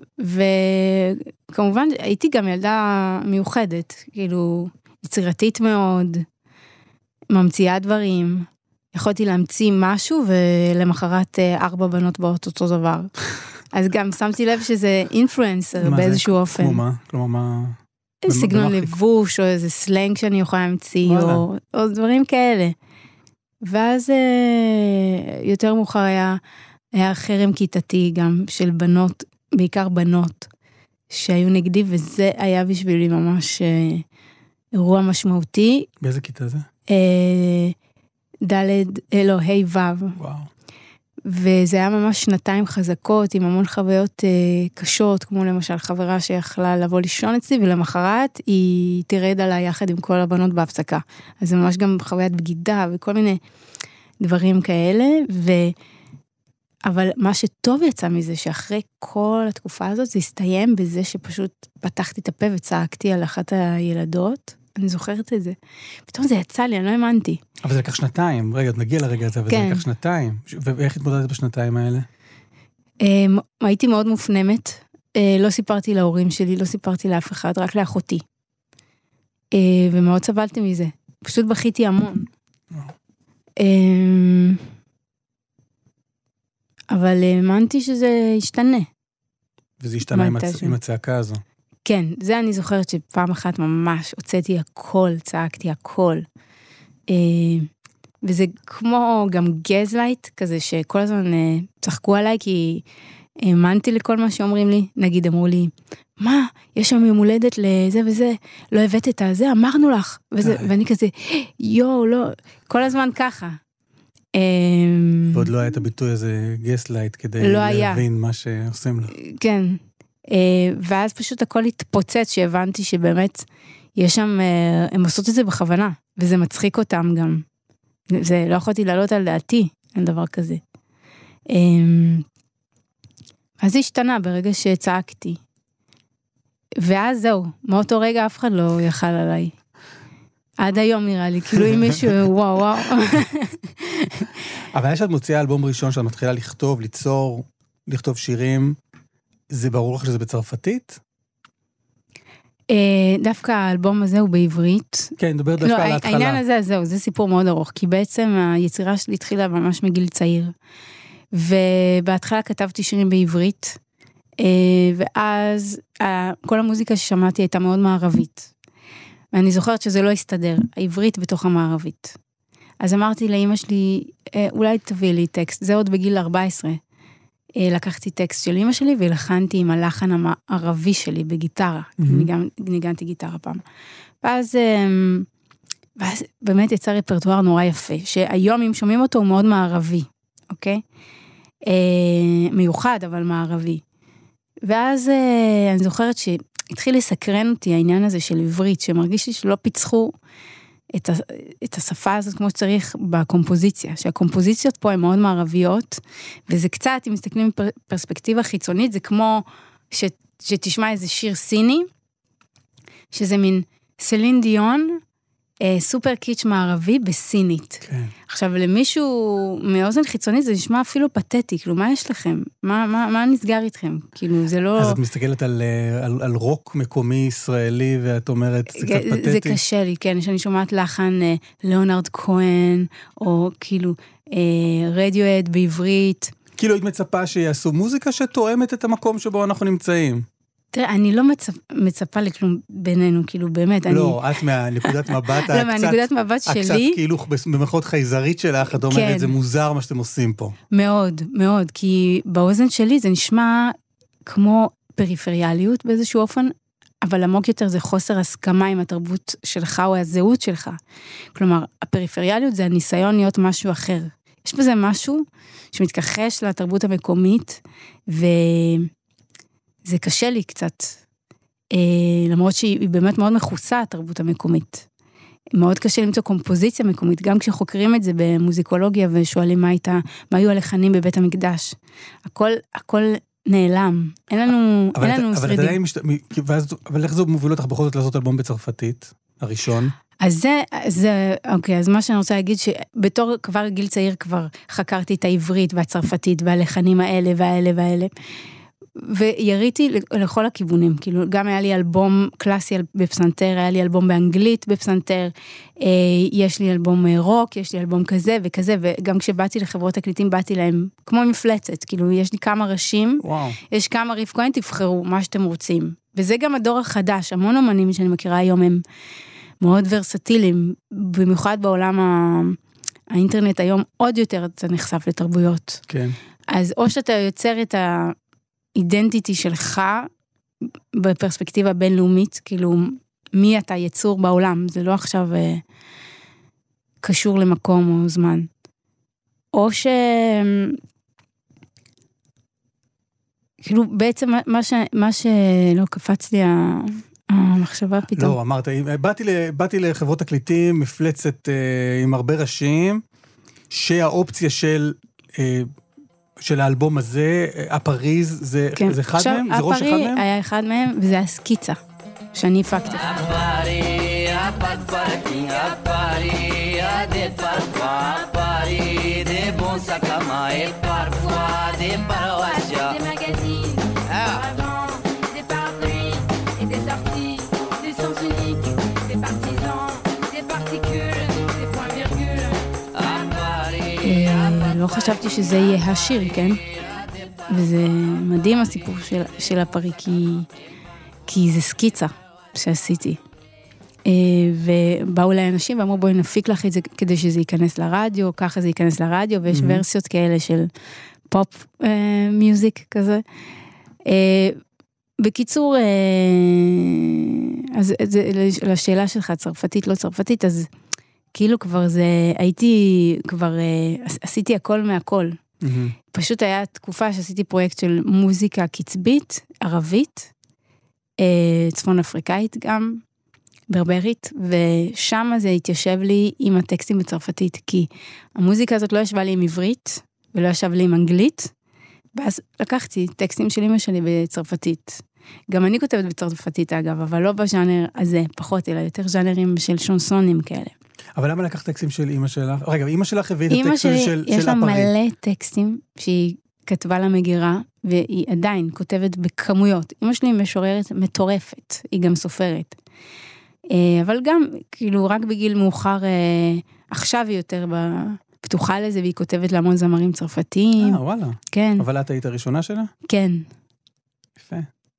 וכמובן הייתי גם ילדה מיוחדת, כאילו יצירתית מאוד, ממציאה דברים, יכולתי להמציא משהו, ולמחרת ארבע בנות באות אותו דבר. אז גם שמתי לב שזה אינפלואנסר באיזשהו אופן. כמו מה? כלומר מה? סגנון לבוש, או איזה סלנג שאני יכולה להמציא, או, או דברים כאלה. ואז יותר מאוחר היה, היה חרם כיתתי גם של בנות, בעיקר בנות, שהיו נגדי, וזה היה בשבילי ממש אירוע משמעותי. באיזה כיתה זה? ד', לא, ה' ו'. וואו. וזה היה ממש שנתיים חזקות, עם המון חוויות אה, קשות, כמו למשל חברה שיכלה לבוא לישון אצלי, ולמחרת היא תרד עליי יחד עם כל הבנות בהפסקה. אז זה ממש גם חוויית בגידה, וכל מיני דברים כאלה, ו... אבל מה שטוב יצא מזה, שאחרי כל התקופה הזאת, זה הסתיים בזה שפשוט פתחתי את הפה וצעקתי על אחת הילדות, אני זוכרת את זה. פתאום זה יצא לי, אני לא האמנתי. אבל זה לקח שנתיים, רגע, נגיע לרגע הזה, אבל זה לקח שנתיים. ואיך התמודדת בשנתיים האלה? הייתי מאוד מופנמת, לא סיפרתי להורים שלי, לא סיפרתי לאף אחד, רק לאחותי. ומאוד סבלתי מזה. פשוט בכיתי המון. אבל האמנתי שזה ישתנה. וזה השתנה עם, הצ... עם הצעקה הזו. כן, זה אני זוכרת שפעם אחת ממש הוצאתי הכל, צעקתי הכל. וזה כמו גם גזלייט, כזה שכל הזמן צחקו עליי, כי האמנתי לכל מה שאומרים לי. נגיד, אמרו לי, מה, יש שם יום הולדת לזה וזה, לא הבאת את הזה, אמרנו לך. וזה, ואני כזה, יו, לא, כל הזמן ככה. ועוד לא היה את הביטוי הזה גסלייט, כדי להבין מה שעושים לך. כן, ואז פשוט הכל התפוצץ, שהבנתי שבאמת יש שם, הם עושות את זה בכוונה, וזה מצחיק אותם גם. זה לא יכולתי לעלות על דעתי, אין דבר כזה. אז זה השתנה ברגע שצעקתי. ואז זהו, מאותו רגע אף אחד לא יחל עליי. עד היום נראה לי, כאילו אם מישהו, וואו וואו. אבל יש שאת מוציאה אלבום ראשון שאת מתחילה לכתוב, ליצור, לכתוב שירים, זה ברור לך שזה בצרפתית? דווקא האלבום הזה הוא בעברית. כן, נדבר דווקא על ההתחלה. העניין הזה, זהו, זה סיפור מאוד ארוך, כי בעצם היצירה שלי התחילה ממש מגיל צעיר. ובהתחלה כתבתי שירים בעברית, ואז כל המוזיקה ששמעתי הייתה מאוד מערבית. ואני זוכרת שזה לא הסתדר, העברית בתוך המערבית. אז אמרתי לאמא שלי, אולי תביא לי טקסט, זה עוד בגיל ארבע עשרה. לקחתי טקסט של אמא שלי, ולחנתי עם הלחן המערבי שלי בגיטרה. ניגנתי גיטרה פעם. ואז, ואז באמת יצא רפרטואר נורא יפה, שהיום אם שומעים אותו הוא מאוד מערבי, אוקיי? מיוחד, אבל מערבי. ואז אני זוכרת שהתחיל לסקרן אותי העניין הזה של עברית, שמרגיש לי שלא פיצחו את, ה, את השפה הזאת כמו שצריך בקומפוזיציה, שהקומפוזיציות פה הן מאוד מערביות, וזה קצת, אם מסתכלים בפרספקטיבה חיצונית, זה כמו ש, שתשמע איזה שיר סיני, שזה מין סלין דיון, אה, סופר קיץ' מערבי בסינית. כן. עכשיו, למישהו מאוזן חיצונית, זה נשמע אפילו פתטי, כאילו, מה יש לכם? מה, מה, מה נסגר איתכם? כאילו, זה לא... אז את מסתכלת על, על, על רוק מקומי ישראלי, ואת אומרת, זה קצת פתטי? זה קשה לי, כן, שאני שומעת לחן אה, ליאונרד כהן, או כאילו, אה, רדיואד בעברית. כאילו, היית מצפה שיעשו מוזיקה שתואמת את המקום שבו אנחנו נמצאים. תראה, אני לא מצפ... מצפה לכלום בינינו, כאילו, באמת. לא, אני... את מהנקודת מבט, לא, מהנקודת מבט שלי. הקצת כאילו במחאות חייזרית שלך, את אומרת, כן. זה מוזר מה שאתם עושים פה. מאוד, מאוד, כי באוזן שלי זה נשמע כמו פריפריאליות באיזשהו אופן, אבל עמוק יותר זה חוסר הסכמה עם התרבות שלך או הזהות שלך. כלומר, הפריפריאליות זה הניסיון להיות משהו אחר. יש בזה משהו שמתכחש לתרבות המקומית, ו... זה קשה לי קצת, למרות שהיא באמת מאוד מכוסה, התרבות המקומית. מאוד קשה למצוא קומפוזיציה מקומית, גם כשחוקרים את זה במוזיקולוגיה, ושואלים מה הייתה, מה היו הלחנים בבית המקדש. הכל, הכל נעלם. אין לנו, אין לנו שרידים. אבל איך זה מוביל אותך בכל זאת לעשות אלבום בצרפתית, הראשון? אז זה, זה, אוקיי, אז מה שאני רוצה להגיד, שבתור כבר גיל צעיר כבר חקרתי את העברית והצרפתית, והלחנים האלה והאלה והאלה, ויריתי לכל הכיוונים, כאילו גם היה לי אלבום קלאסי בפסנתר, היה לי אלבום באנגלית בפסנתר, יש לי אלבום רוק, יש לי אלבום כזה וכזה, וגם כשבאתי לחברות תקליטים, באתי להם כמו מפלצת, כאילו יש לי כמה ראשים, וואו. יש כמה ריף כהן, תבחרו מה שאתם רוצים, וזה גם הדור החדש, המון אומנים שאני מכירה היום הם מאוד ורסטיליים, במיוחד בעולם האינטרנט היום, עוד יותר אתה נחשף לתרבויות. כן. אז או שאתה יוצר את ה... אידנטיטי שלך בפרספקטיבה בינלאומית, כאילו מי אתה יצור בעולם, זה לא עכשיו אה, קשור למקום או זמן. או ש... כאילו בעצם מה, ש... מה שלא קפץ לי המחשבה פתאום. לא, אמרת, באתי, באתי לחברות תקליטים, מפלצת אה, עם הרבה ראשים, שהאופציה של... אה, של האלבום הזה, הפריז, זה, כן. זה אחד מהם? זה ראש אחד מהם? הפרי היה אחד מהם, וזה הסקיצה, שאני הפקתי. לא לא חשבתי שזה יהיה השיר, כן? וזה מדהים הסיפור של, של הפרי, כי, כי זה סקיצה שעשיתי. ובאו אליי אנשים ואמרו בואי נפיק לך את זה כדי שזה ייכנס לרדיו, ככה זה ייכנס לרדיו, ויש mm-hmm. ורסיות כאלה של פופ אה, מיוזיק כזה. אה, בקיצור, אה, אז זה, לשאלה שלך, צרפתית, לא צרפתית, אז כאילו כבר זה, הייתי כבר, אה, עשיתי הכל מהכל. Mm-hmm. פשוט היה תקופה שעשיתי פרויקט של מוזיקה קצבית, ערבית, אה, צפון אפריקאית גם, ברברית, ושם זה התיישב לי עם הטקסטים בצרפתית, כי המוזיקה הזאת לא ישבה לי עם עברית, ולא ישב לי עם אנגלית, ואז לקחתי טקסטים של אמא שלי בצרפתית. גם אני כותבת בצרפתית אגב, אבל לא בז'אנר הזה, פחות, אלא יותר ז'אנרים של שונסונים כאלה. אבל למה לקחת טקסטים של אמא שלך? רגע, אמא שלך הביא את הטקסטים של, של הפרי. יש לה מלא טקסטים שהיא כתבה למגירה, והיא עדיין כותבת בכמויות. אמא שלי משוררת מטורפת, היא גם סופרת. אבל גם, כאילו, רק בגיל מאוחר, עכשיו היא יותר פתוחה לזה, והיא כותבת להמון זמרים צרפתיים. אה, וואלה. כן. אבל את היית הראשונה שלה? כן. יפה.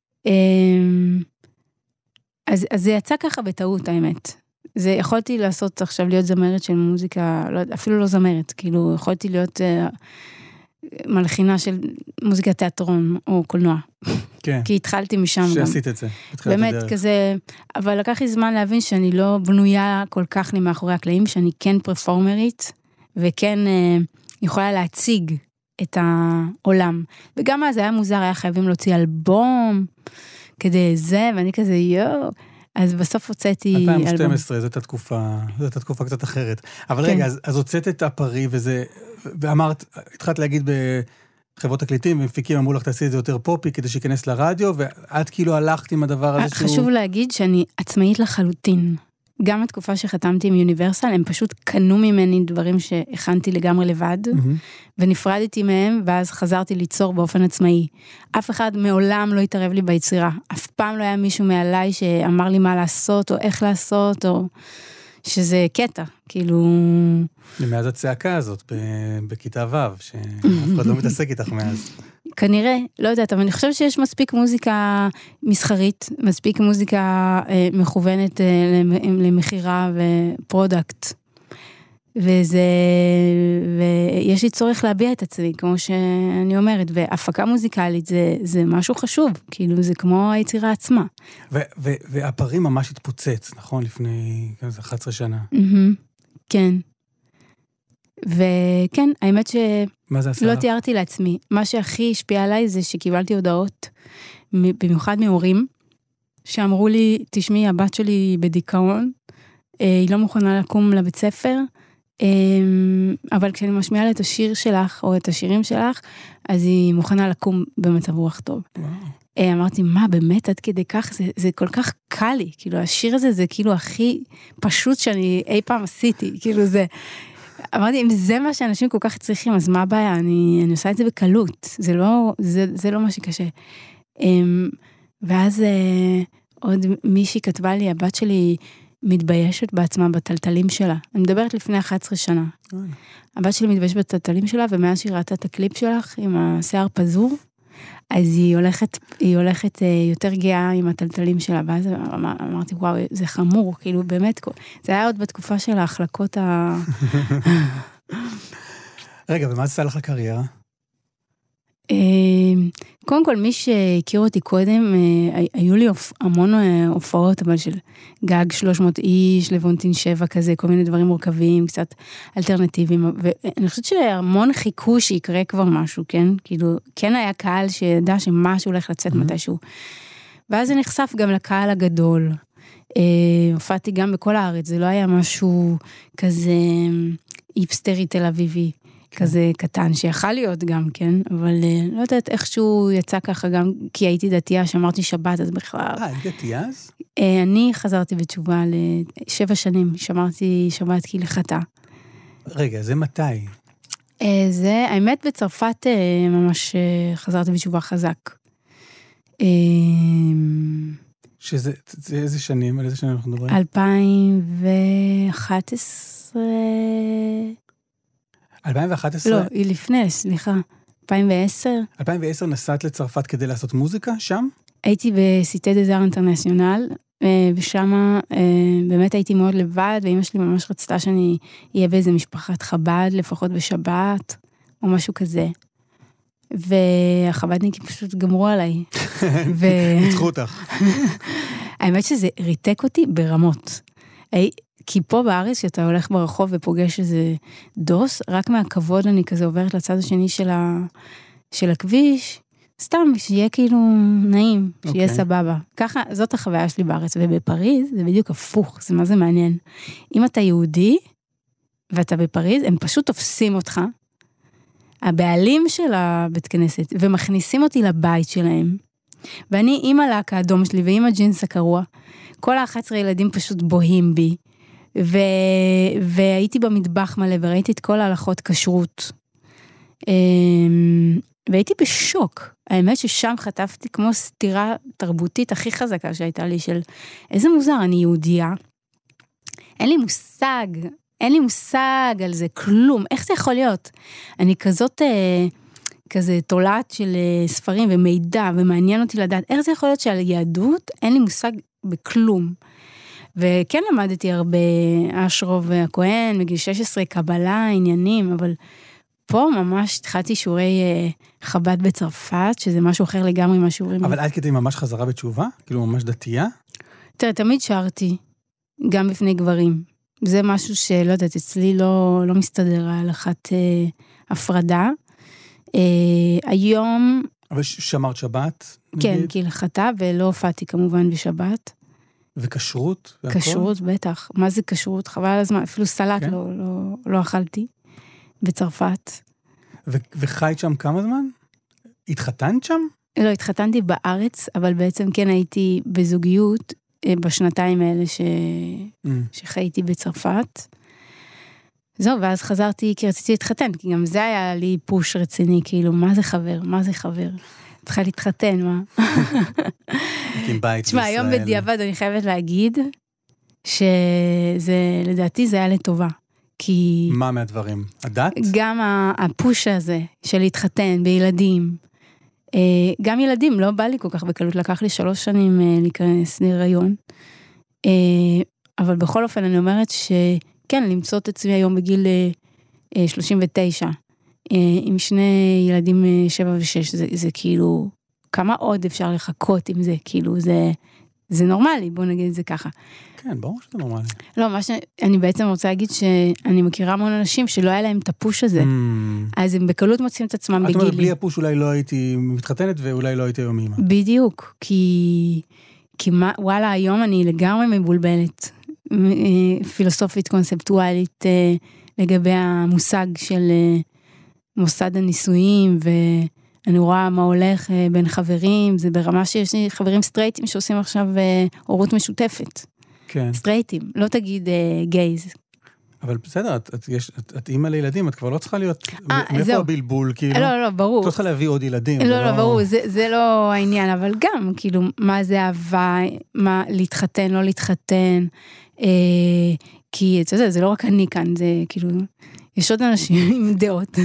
אז, אז זה יצא ככה בטעות, האמת. זה, יכולתי לעשות עכשיו להיות זמרת של מוזיקה, לא, אפילו לא זמרת, כאילו, יכולתי להיות מלחינה של מוזיקה תיאטרון או קולנוע. כן. כי התחלתי משם גם. שעשית את זה. באמת כזה, אבל לקח לי זמן להבין שאני לא בנויה כל כך לי מאחורי הקלעים, שאני כן פרפורמרית, וכן אה, יכולה להציג את העולם. וגם אז היה מוזר, היה חייבים להוציא אלבום, כדי זה, ואני כזה יו, אז בסוף הוצאתי אלבום. אלפיים ושתים עשרה, זאת התקופה, זאת התקופה קצת אחרת. אבל כן. רגע, אז, אז הוצאת את הפרי, וזה, ואמרת, התחלת להגיד בחברות הקליטים, ומפיקים אמרו לך, תעשי את זה יותר פופי, כדי שיכנס לרדיו, ואת כאילו הלכת עם הדבר הזה שהוא... חשוב להגיד שאני עצמאית לחלוטין. גם התקופה שחתמתי עם יוניברסל, הם פשוט קנו ממני דברים שהכנתי לגמרי לבד, ונפרדתי מהם, ואז חזרתי ליצור באופן עצמאי. אף אחד מעולם לא התערב לי ביצירה. אף פעם לא היה מישהו מעליי שאמר לי מה לעשות, או איך לעשות, או שזה קטע, כאילו... ומאז הצעקה הזאת, בכיתה ו', שאף אחד לא מתעסק איתך מאז. כנראה, לא יודעת, אבל אני חושבת שיש מספיק מוזיקה מסחרית, מספיק מוזיקה אה, מכוונת אה, למחירה ופרודקט. וזה, ויש לי צורך להביע את עצמי, כמו שאני אומרת, והפקה מוזיקלית זה, זה משהו חשוב, כאילו זה כמו היצירה עצמה. ו- ו- והפרי ממש התפוצץ, נכון? לפני אחת עשרה שנה. כן. וכן, האמת שלא תיארתי לעצמי. מה שהכי השפיע עליי זה שקיבלתי הודעות, במיוחד מהורים, שאמרו לי, תשמעי, הבת שלי בדיכאון, היא לא מוכנה לקום לבית ספר, אבל כשאני משמיעה לה את השיר שלך, או את השירים שלך, אז היא מוכנה לקום במצב רוח טוב. וואו. אמרתי, מה, באמת, עד כדי כך, זה, זה כל כך קל לי, כאילו, השיר הזה זה כאילו הכי פשוט שאני אי פעם עשיתי, כאילו זה... אמרתי, אם זה מה שאנשים כל כך צריכים, אז מה הבעיה? אני, אני עושה את זה בקלות. זה לא, זה, זה לא מה שקשה. ואז עוד מישהי כתבה לי, הבת שלי מתביישת בעצמה בטלטלים שלה. אני מדברת לפני אחת עשרה שנה. הבת שלי מתביישת בטלטלים שלה, ומאז שהיא ראתה את הקליפ שלך עם השיער פזור, אז היא הולכת, היא הולכת יותר גאה עם הטלטלים שלה, ואז אמרתי, וואו, זה חמור, כאילו באמת, זה היה עוד בתקופה של ההחלקות ה... רגע, ומה עשה לך לקריירה? קודם כל, מי שהכיר אותי קודם, היו לי המון הופעות, אבל של גג שלוש מאות איש, לבונטין שבע כזה, כל מיני דברים מורכבים, קצת אלטרנטיביים, ואני חושבת שהמון חיכו שיקרה כבר משהו, כן? כאילו, כן היה קהל שידע שמשהו הולך לצאת מתישהו. ואז זה נחשף גם לקהל הגדול. הופעתי גם בכל הארץ, זה לא היה משהו כזה היפסטרי תל אביבי. כזה קטן, שיכל להיות גם, כן? אבל לא יודעת איכשהו יצא ככה גם, כי הייתי דתייה, שאמרתי שבת, אז בכלל... אה, היית דתייה אז? אני חזרתי בתשובה לשבע שנים, שמרתי שבת כהלכתה. רגע, זה מתי? זה, האמת בצרפת ממש חזרתי בתשובה חזק. שזה, זה איזה שנים, על איזה שנים אנחנו מדברים? אלפיים ואחת עשרה... אלפיים ואחת עשרה? לא, היא לפני, סליחה. אלפיים ועשר? אלפיים ועשר נסעת לצרפת כדי לעשות מוזיקה שם? הייתי בסיטה דזאר אינטרנציונל, ושם באמת הייתי מאוד לבד, ואמא שלי ממש רצתה שאני אהיה באיזה משפחת חב"ד, לפחות בשבת, או משהו כזה. והחב"דניקים פשוט גמרו עליי. ניצחו אותך. האמת שזה ריתק אותי ברמות. כי פה בארץ, שאתה הולך ברחוב ופוגש איזה דוס, רק מהכבוד אני כזה עוברת לצד השני של, ה... של הכביש, סתם, שיהיה כאילו נעים, שיהיה okay. סבבה. ככה, זאת החוויה שלי בארץ, ובפריז זה בדיוק הפוך, זה מה זה מעניין. אם אתה יהודי, ואתה בפריז, הם פשוט תופסים אותך, הבעלים של הבית כנסת, ומכניסים אותי לבית שלהם, ואני עם הלק האדום שלי, ועם הג'ינס הקרוע, כל ה-אחד עשר ילדים פשוט בוהים בי, ו... והייתי במטבח מלא, וראיתי את כל ההלכות כשרות, והייתי בשוק. האמת ששם חטפתי כמו סתירה תרבותית הכי חזקה שהייתה לי, של איזה מוזר, אני יהודייה, אין לי מושג, אין לי מושג על זה, כלום, איך זה יכול להיות? אני כזאת, אה, כזה תולעת של אה, ספרים ומידע, ומעניין אותי לדעת, איך זה יכול להיות שעל יהדות אין לי מושג בכלום. וכן למדתי הרבה, אשרוב הכהן, מגיל שש עשרה, קבלה, עניינים, אבל פה ממש התחלתי שיעורי אה, חב"ד בצרפת, שזה משהו אחר לגמרי מהשיעורים. אבל עד כדי ממש חזרה בתשובה? כאילו ממש דתייה? תראה, תמיד שרתי, גם בפני גברים. זה משהו שלא יודעת, אצלי לא, לא מסתדר ההלכת אה, הפרדה. אה, היום... אבל שמרת שבת? כן, נגיד? כהלכתה, ולא הופעתי כמובן בשבת. וכשרות? והכל? כשרות, בטח. מה זה כשרות? חבל על הזמן, אפילו סלט כן? לא, לא, לא אכלתי. בצרפת. ו- וחיית שם כמה זמן? התחתנת שם? לא, התחתנתי בארץ, אבל בעצם כן הייתי בזוגיות בשנתיים האלה ש... mm. שחייתי בצרפת. זהו, ואז חזרתי כי רציתי להתחתן, כי גם זה היה לי פוש רציני, כאילו, מה זה חבר? מה זה חבר? צריכה להתחתן, מה? עם בית תשמע, היום בדיעבד אני חייבת להגיד, שזה, לדעתי זה היה לטובה. כי... מה מהדברים? הדת? גם הפוש הזה של להתחתן בילדים, גם ילדים, לא בא לי כל כך בקלות, לקח לי שלוש שנים להיכנס להיריון, אבל בכל אופן אני אומרת שכן, למצוא את עצמי היום בגיל שלושים ותשע, עם שני ילדים שבע ושש, זה, זה כאילו, כמה עוד אפשר לחכות עם זה, כאילו זה, זה נורמלי, בוא נגיד את זה ככה. כן, ברור שזה נורמלי. לא, מה שאני בעצם רוצה להגיד שאני מכירה המון אנשים שלא היה להם את הפוש הזה, אז הם בקלות מוצאים את עצמם בגילי. את אומרת, בלי הפוש אולי לא הייתי מתחתנת ואולי לא הייתי היום אימא. בדיוק, כי, כי מה, וואלה, היום אני לגמרי מבולבלת, פילוסופית, קונספטואלית, לגבי המושג של מוסד הנישואים, ואני רואה מה הולך בין חברים, זה ברמה שיש לי חברים סטרייטים שעושים עכשיו הורות משותפת. כן. סטרייטים, לא תגיד uh, גייז. אבל בסדר, את, את, יש, את, את אימא לילדים, את כבר לא צריכה להיות, 아, מאיפה זהו. הבלבול, כאילו? לא, לא, ברור. את לא צריכה להביא עוד ילדים. לא, לא, לא, ברור, זה, זה לא העניין, אבל גם, כאילו, מה זה אהבה, מה להתחתן, לא להתחתן, אה, כי, אתה יודע, זה לא רק אני כאן, זה כאילו, יש עוד אנשים עם דעות,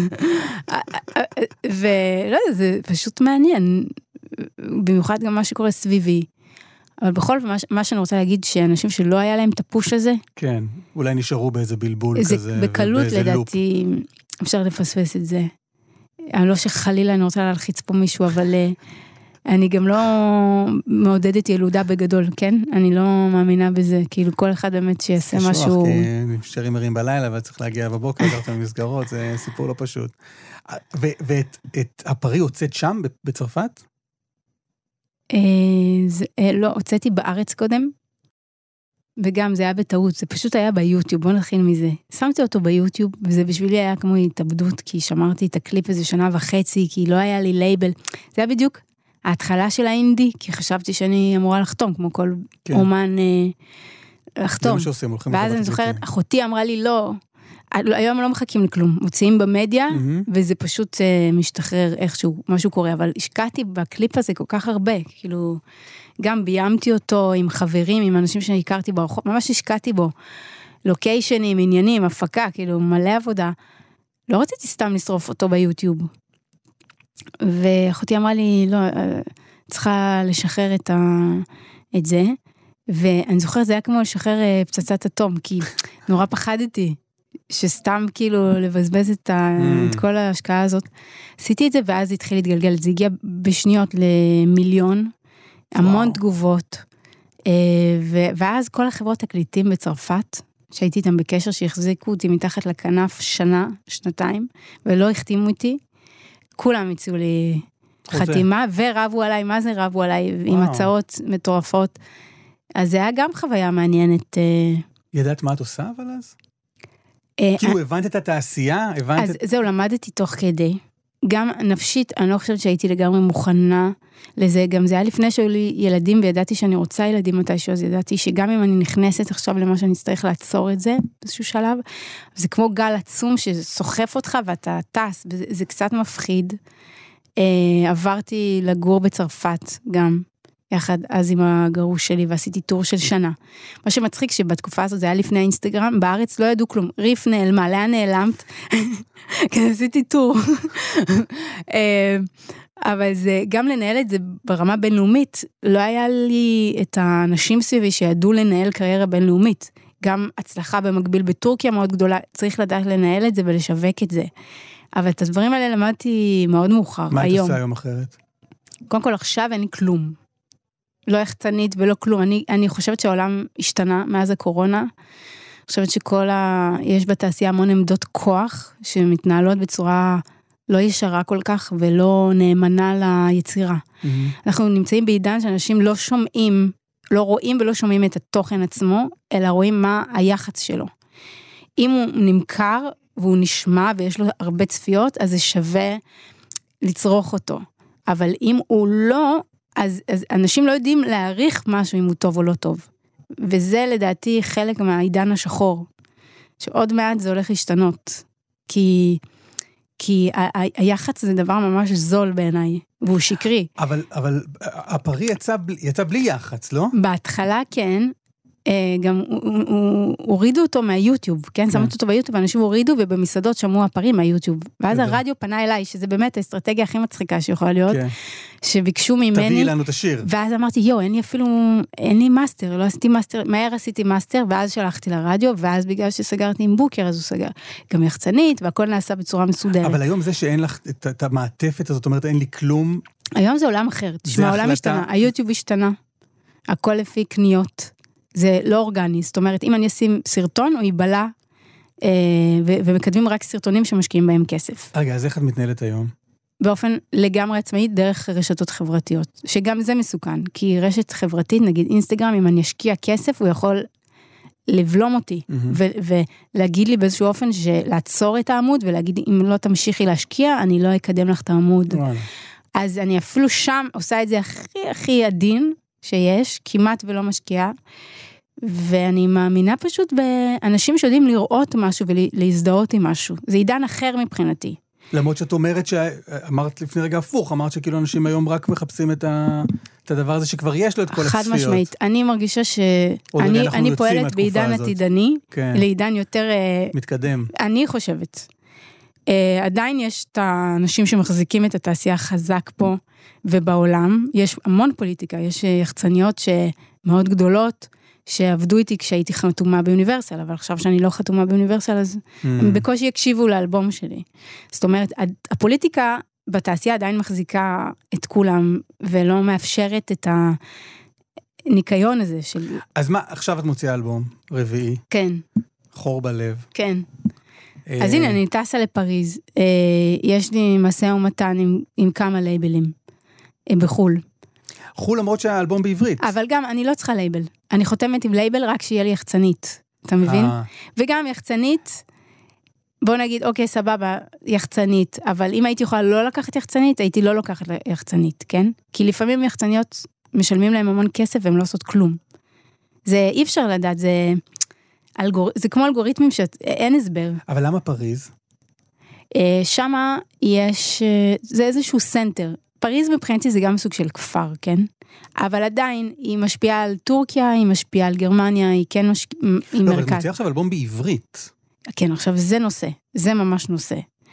ולא יודע, זה פשוט מעניין, במיוחד גם מה שקורה סביבי, אבל בכל מה, מה שאני רוצה להגיד, שאנשים שלא היה להם את הפוש הזה, כן, אולי נשארו באיזה בלבול זה כזה, בקלות לדעתי, לופ. אפשר לפספס את זה. אני לא שחלילה אני רוצה להלחיץ פה מישהו, אבל אני גם לא מעודדת ילודה בגדול, כן? אני לא מאמינה בזה, כאילו כל אחד באמת שיעשה משהו... שוח, כי נפשרים מרים בלילה, אבל צריך להגיע בבוקר, לדעת במסגרות, זה סיפור לא פשוט. ואת את הפרי הוצאת שם, בצרפת? זה, לא, הוצאתי בארץ קודם, וגם זה היה בטעות, זה פשוט היה ביוטיוב, בוא נתחיל מזה. שמתי אותו ביוטיוב, וזה בשבילי היה כמו התאבדות, כי שמרתי את הקליפ איזה שנה וחצי, כי לא היה לי לייבל. זה היה בדיוק ההתחלה של האינדי, כי חשבתי שאני אמורה לחתום, כמו כל כן. אומן אה, לחתום. זה מה שעושים, הולכים ואז אני זוכרת, אחותי אמרה לי לא, היום לא מחכים לכלום, מוציאים במדיה, mm-hmm. וזה פשוט uh, משתחרר איכשהו, משהו קורה, אבל השקעתי בקליפ הזה כל כך הרבה, כאילו, גם ביימתי אותו עם חברים, עם אנשים שהכרתי ברחוב, ממש השקעתי בו, לוקיישנים, עניינים, הפקה, כאילו, מלא עבודה, לא רציתי סתם לשרוף אותו ביוטיוב. ואחותי אמרה לי, לא, צריכה לשחרר את, ה... את זה, ואני זוכרת, זה היה כמו לשחרר פצצת אטום, כי נורא פחדתי, שסתם כאילו לבזבז את, ה... mm. את כל ההשקעה הזאת. עשיתי את זה, ואז התחיל להתגלגל, זה הגיע בשניות למיליון, המון וואו. תגובות, ואז כל החברות תקליטים בצרפת, שהייתי איתם בקשר, שהחזיקו אותי מתחת לכנף שנה, שנתיים, ולא החתימו אותי, כולם הציעו לי חתימה, ורבו עליי, מה זה רבו עליי, וואו. עם הצעות מטורפות, אז זה היה גם חוויה מעניינת. ידעת מה את עושה אבל אז? כאילו הבנת את התעשייה? אז זהו, למדתי תוך כדי, גם נפשית, אני לא חושבת שהייתי לגמרי מוכנה לזה, גם זה היה לפני שהיו לי ילדים, וידעתי שאני רוצה ילדים מתישהו, אז ידעתי שגם אם אני נכנסת עכשיו למה שאני צריך לעצור את זה, באיזשהו שלב, זה כמו גל עצום שסוחף אותך, ואתה טס, וזה, זה קצת מפחיד. אה, עברתי לגור בצרפת גם, יחד אז עם הגרוש שלי, ועשיתי טור של שנה. מה שמצחיק שבתקופה הזאת, זה היה לפני האינסטגרם, בארץ לא ידעו כלום, ריף נעלמה, לאן נעלמת? כי עשיתי טור. אבל זה, גם לנהל את זה ברמה בינלאומית, לא היה לי את האנשים סביבי שידעו לנהל קריירה בינלאומית. גם הצלחה במקביל בטורקיה מאוד גדולה, צריך לדעת לנהל את זה ולשווק את זה. אבל את הדברים האלה למדתי מאוד מאוחר, מה היום. מה את עושה היום אחרת? קודם כל עכשיו אין לי כלום. לא יחצנית ולא כלום. אני, אני חושבת שהעולם השתנה מאז הקורונה. אני חושבת שכל ה... יש בתעשייה המון עמדות כוח, שמתנהלות בצורה לא ישרה כל כך, ולא נאמנה ליצירה. Mm-hmm. אנחנו נמצאים בעידן שאנשים לא שומעים, לא רואים ולא שומעים את התוכן עצמו, אלא רואים מה היחץ שלו. אם הוא נמכר, והוא נשמע, ויש לו הרבה צפיות, אז זה שווה לצרוך אותו. אבל אם הוא לא, אז, אז אנשים לא יודעים להעריך משהו אם הוא טוב או לא טוב. וזה לדעתי חלק מהעידן השחור, שעוד מעט זה הולך להשתנות. כי, כי ה- ה- היחץ זה דבר ממש זול בעיניי, והוא שקרי. אבל, אבל הפרי יצא, יצא בלי יחץ, לא? בהתחלה כן, גם הורידו אותו מהיוטיוב, כן? שמו אותו ביוטיוב, אנשים הורידו, ובמסעדות שמעו הפרים מהיוטיוב. ואז הרדיו פנה אליי, שזה באמת האסטרטגיה הכי מצחיקה שיכולה להיות, שביקשו ממני... תביאי לנו את השיר. ואז אמרתי, יו, אין לי אפילו, אין לי מאסטר, לא עשיתי מאסטר, מהר עשיתי מאסטר, ואז שלחתי לרדיו, ואז בגלל שסגרתי עם בוקר, אז הוא סגר גם יחצנית, והכל נעשה בצורה מסודרת. אבל היום זה שאין לך את המעטפת, זאת אומרת, אין לי כלום... היום זה עולם אחר. תשמע, העולם השתנה, היוטיוב השתנה, הכל לפי קניות. זה לא אורגני, זאת אומרת, אם אני אשים סרטון, הוא ייבלה, אה, ו- ומקדמים רק סרטונים שמשקיעים בהם כסף. רגע, אז איך את מתנהלת היום? באופן לגמרי עצמאית, דרך רשתות חברתיות, שגם זה מסוכן, כי רשת חברתית, נגיד אינסטגרם, אם אני אשקיע כסף, הוא יכול לבלום אותי, mm-hmm. ו- ולהגיד לי באיזשהו אופן, לעצור את העמוד, ולהגיד, אם לא תמשיכי להשקיע, אני לא אקדם לך את העמוד. וואלה. אז אני אפילו שם עושה את זה הכי הכי עדין, שיש, כמעט ולא משקיעה, ואני מאמינה פשוט באנשים שיודעים לראות משהו ולהזדהות עם משהו. זה עידן אחר מבחינתי. למרות שאת אומרת שאמרת לפני רגע הפוך, אמרת שכאילו אנשים היום רק מחפשים את, ה... את הדבר הזה שכבר יש לו את כל הצפיות. חד משמעית. אני מרגישה שאני אני פועלת בעידן עתידני, כן. לעידן יותר... מתקדם. אני חושבת. עדיין יש את האנשים שמחזיקים את התעשייה חזק פה ובעולם, יש המון פוליטיקה, יש יחצניות שמאוד גדולות, שעבדו איתי כשהייתי חתומה באוניברסל, אבל עכשיו שאני לא חתומה באוניברסל, אז mm. הם בקושי יקשיבו לאלבום שלי. זאת אומרת, הפוליטיקה בתעשייה עדיין מחזיקה את כולם, ולא מאפשרת את הניקיון הזה של... אז מה, עכשיו את מוציאה אלבום רביעי? כן. חור בלב. כן. אז הנה, אני טסה לפריז, יש לי מסע ומתן עם, עם כמה לייבלים, בחול. חול למרות שהאלבום בעברית. אבל גם, אני לא צריכה לייבל. אני חותמת עם לייבל רק שיהיה לי יחצנית, אתה מבין? וגם יחצנית, בוא נגיד, אוקיי, סבבה, יחצנית, אבל אם הייתי יכולה לא לקחת יחצנית, הייתי לא לוקחת יחצנית, כן? כי לפעמים יחצניות משלמים להם המון כסף, והם לא עושות כלום. זה אי אפשר לדעת, זה... אלגור... זה כמו אלגוריתמים שאין הסבר. אבל למה פריז? שמה יש, זה איזשהו סנטר. פריז מבחינתי זה גם סוג של כפר, כן? אבל עדיין היא משפיעה על טורקיה, היא משפיעה על גרמניה, היא כן משפיעה... לא, אבל את מציעה עכשיו אלבום בעברית. כן, עכשיו זה נושא, זה ממש נושא.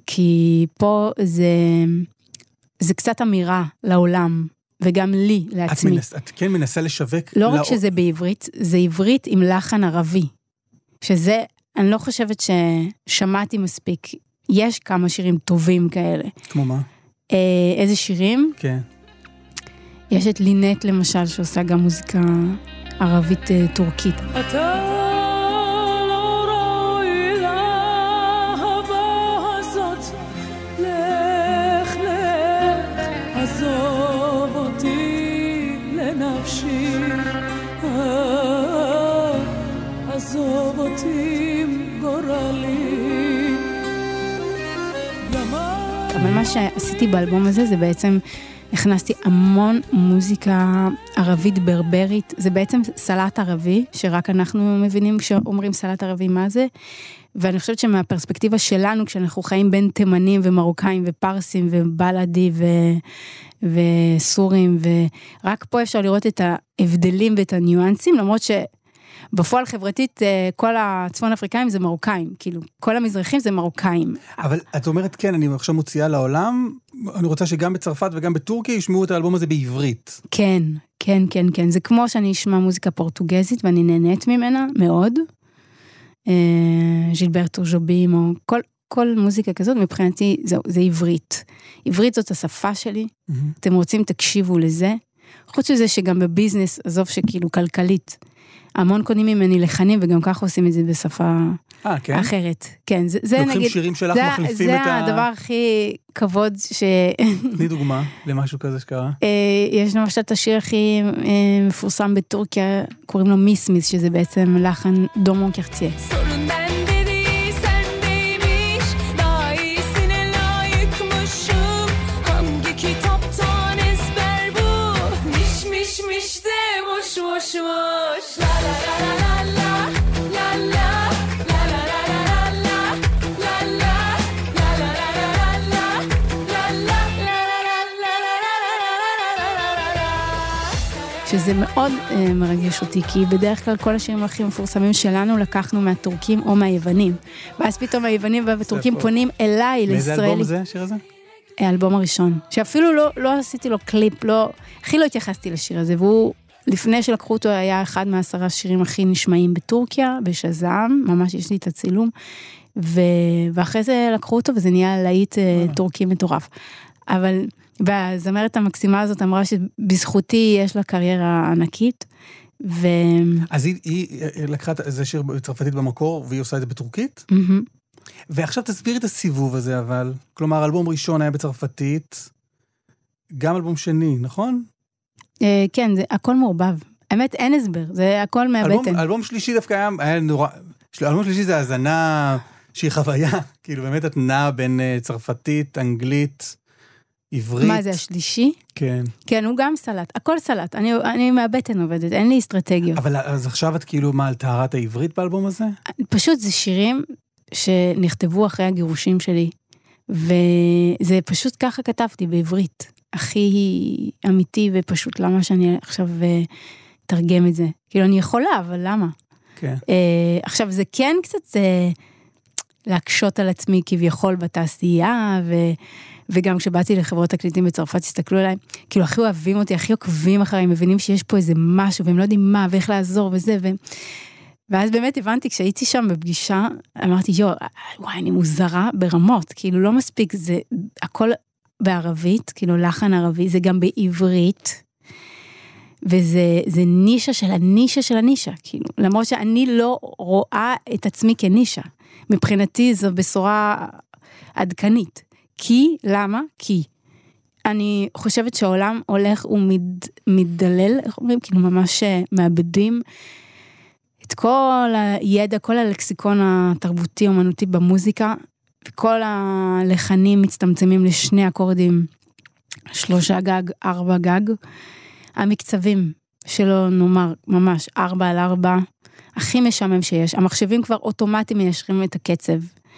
כי פה זה, זה קצת אמירה לעולם, וגם לי, לעצמי. את, מנס, את כן מנסה לשווק? לא לא... רק שזה בעברית, זה עברית עם לחן ערבי, שזה, אני לא חושבת ששמעתי מספיק, יש כמה שירים טובים כאלה. כמו מה? אה, איזה שירים? כן. יש את לינט למשל, שעושה גם מוזיקה ערבית אה, טורקית. אתה עזוב אותי גורלי. אבל מה שעשיתי באלבום הזה זה בעצם הכנסתי המון מוזיקה ערבית ברברית, זה בעצם סלט ערבי, שרק אנחנו מבינים כשאומרים סלט ערבי מה זה, ואני חושבת שמהפרספקטיבה שלנו, כשאנחנו חיים בין תימנים ומרוקאים ופרסים ובלדי ו... וסורים, ורק פה אפשר לראות את ההבדלים ואת הניואנסים, למרות שבפועל חברתית כל הצפון אפריקאים זה מרוקאים, כאילו כל המזרחים זה מרוקאים. אבל את אומרת כן, אני עכשיו מוציאה לעולם, אני רוצה שגם בצרפת וגם בטורקיה ישמעו את האלבום הזה בעברית. כן, כן, כן, כן, זה כמו שאני אשמע מוזיקה פורטוגזית ואני נהנית ממנה מאוד, ז'ילברטו ז'ובים או כל... כל מוזיקה כזאת, מבחינתי, זה, זה עברית. עברית זאת השפה שלי, mm-hmm. אתם רוצים, תקשיבו לזה. חוץ מזה שגם בביזנס, עזוב שכאילו כלכלית, המון קונים ממני לחנים, וגם ככה עושים את זה בשפה 아, כן? אחרת. כן, זה, זה לוקחים נגיד... שירים שלך, זה, מחליפים זה את ה... זה הדבר הכי כבוד ש... תני דוגמה למשהו כזה שקרה. יש למשל את השיר הכי מפורסם בטורקיה, קוראים לו מיס מיס, שזה בעצם לחן דומון קרטייה. שזה מאוד uh, מרגש אותי, כי בדרך כלל כל השירים הכי מפורסמים שלנו לקחנו מהטורקים או מהיוונים, ואז פתאום היוונים והטורקים פונים אליי, לישראלי. מאיזה אלבום זה, השיר הזה? האלבום הראשון, שאפילו לא, לא עשיתי לו קליפ, לא, הכי לא התייחסתי לשיר הזה, והוא, לפני שלקחו אותו, היה אחד מהעשרה שירים הכי נשמעים בטורקיה, בשזם, ממש יש לי את הצילום, ו... ואחרי זה לקחו אותו, וזה נהיה להיט uh, טורקי מטורף. אבל... והזמרת המקסימה הזאת אמרה שבזכותי יש לה קריירה ענקית, ו... אז היא, היא לקחה איזה שיר צרפתית במקור, והיא עושה את זה בטורקית? Mm-hmm. ועכשיו תסביר את הסיבוב הזה, אבל, כלומר, אלבום ראשון היה בצרפתית, גם אלבום שני, נכון? אה, כן, זה הכל מעורבב. האמת, אין הסבר, זה הכל מהבטן. אלבום, אלבום שלישי דווקא היה, היה נורא, אלבום שלישי זה הזנה שהיא חוויה, כאילו באמת את נעה בין צרפתית, אנגלית, עברית. מה זה, השלישי? כן. כן, הוא גם סלט, הכל סלט, אני, אני מהבטן עובדת, אין לי אסטרטגיות. אבל אז עכשיו את כאילו, מה, על טהרת העברית באלבום הזה? פשוט זה שירים שנכתבו אחרי הגירושים שלי, וזה פשוט ככה כתבתי בעברית, הכי אמיתי ופשוט, למה שאני עכשיו תרגם את זה? כאילו, אני יכולה, אבל למה? כן. אה, עכשיו, זה כן קצת אה, להקשות על עצמי כביכול בתעשייה, ו... וגם כשבאתי לחברות תקליטים בצרפת, הסתכלו עליי, כאילו הכי אוהבים אותי, הכי עוקבים אחריי, מבינים שיש פה איזה משהו, והם לא יודעים מה, ואיך לעזור וזה, ו... ואז באמת הבנתי, כשהייתי שם בפגישה, אמרתי, יו, וואי, אני מוזרה ברמות, כאילו לא מספיק, זה הכל בערבית, כאילו לחן ערבי, זה גם בעברית, וזה זה נישה של הנישה של הנישה, כאילו, למרות שאני לא רואה את עצמי כנישה, מבחינתי זו בשורה עדכנית, כי, למה? כי אני חושבת שהעולם הולך ומדלל, איך אומרים? כאילו ממש מאבדים את כל הידע, כל הלקסיקון התרבותי, אומנותי במוזיקה, וכל הלחנים מצטמצמים לשני אקורדים, שלושה גג, ארבע גג, המקצבים שלו נאמר ממש ארבע על ארבע, הכי משעמם שיש, המחשבים כבר אוטומטיים מיישרים את הקצב,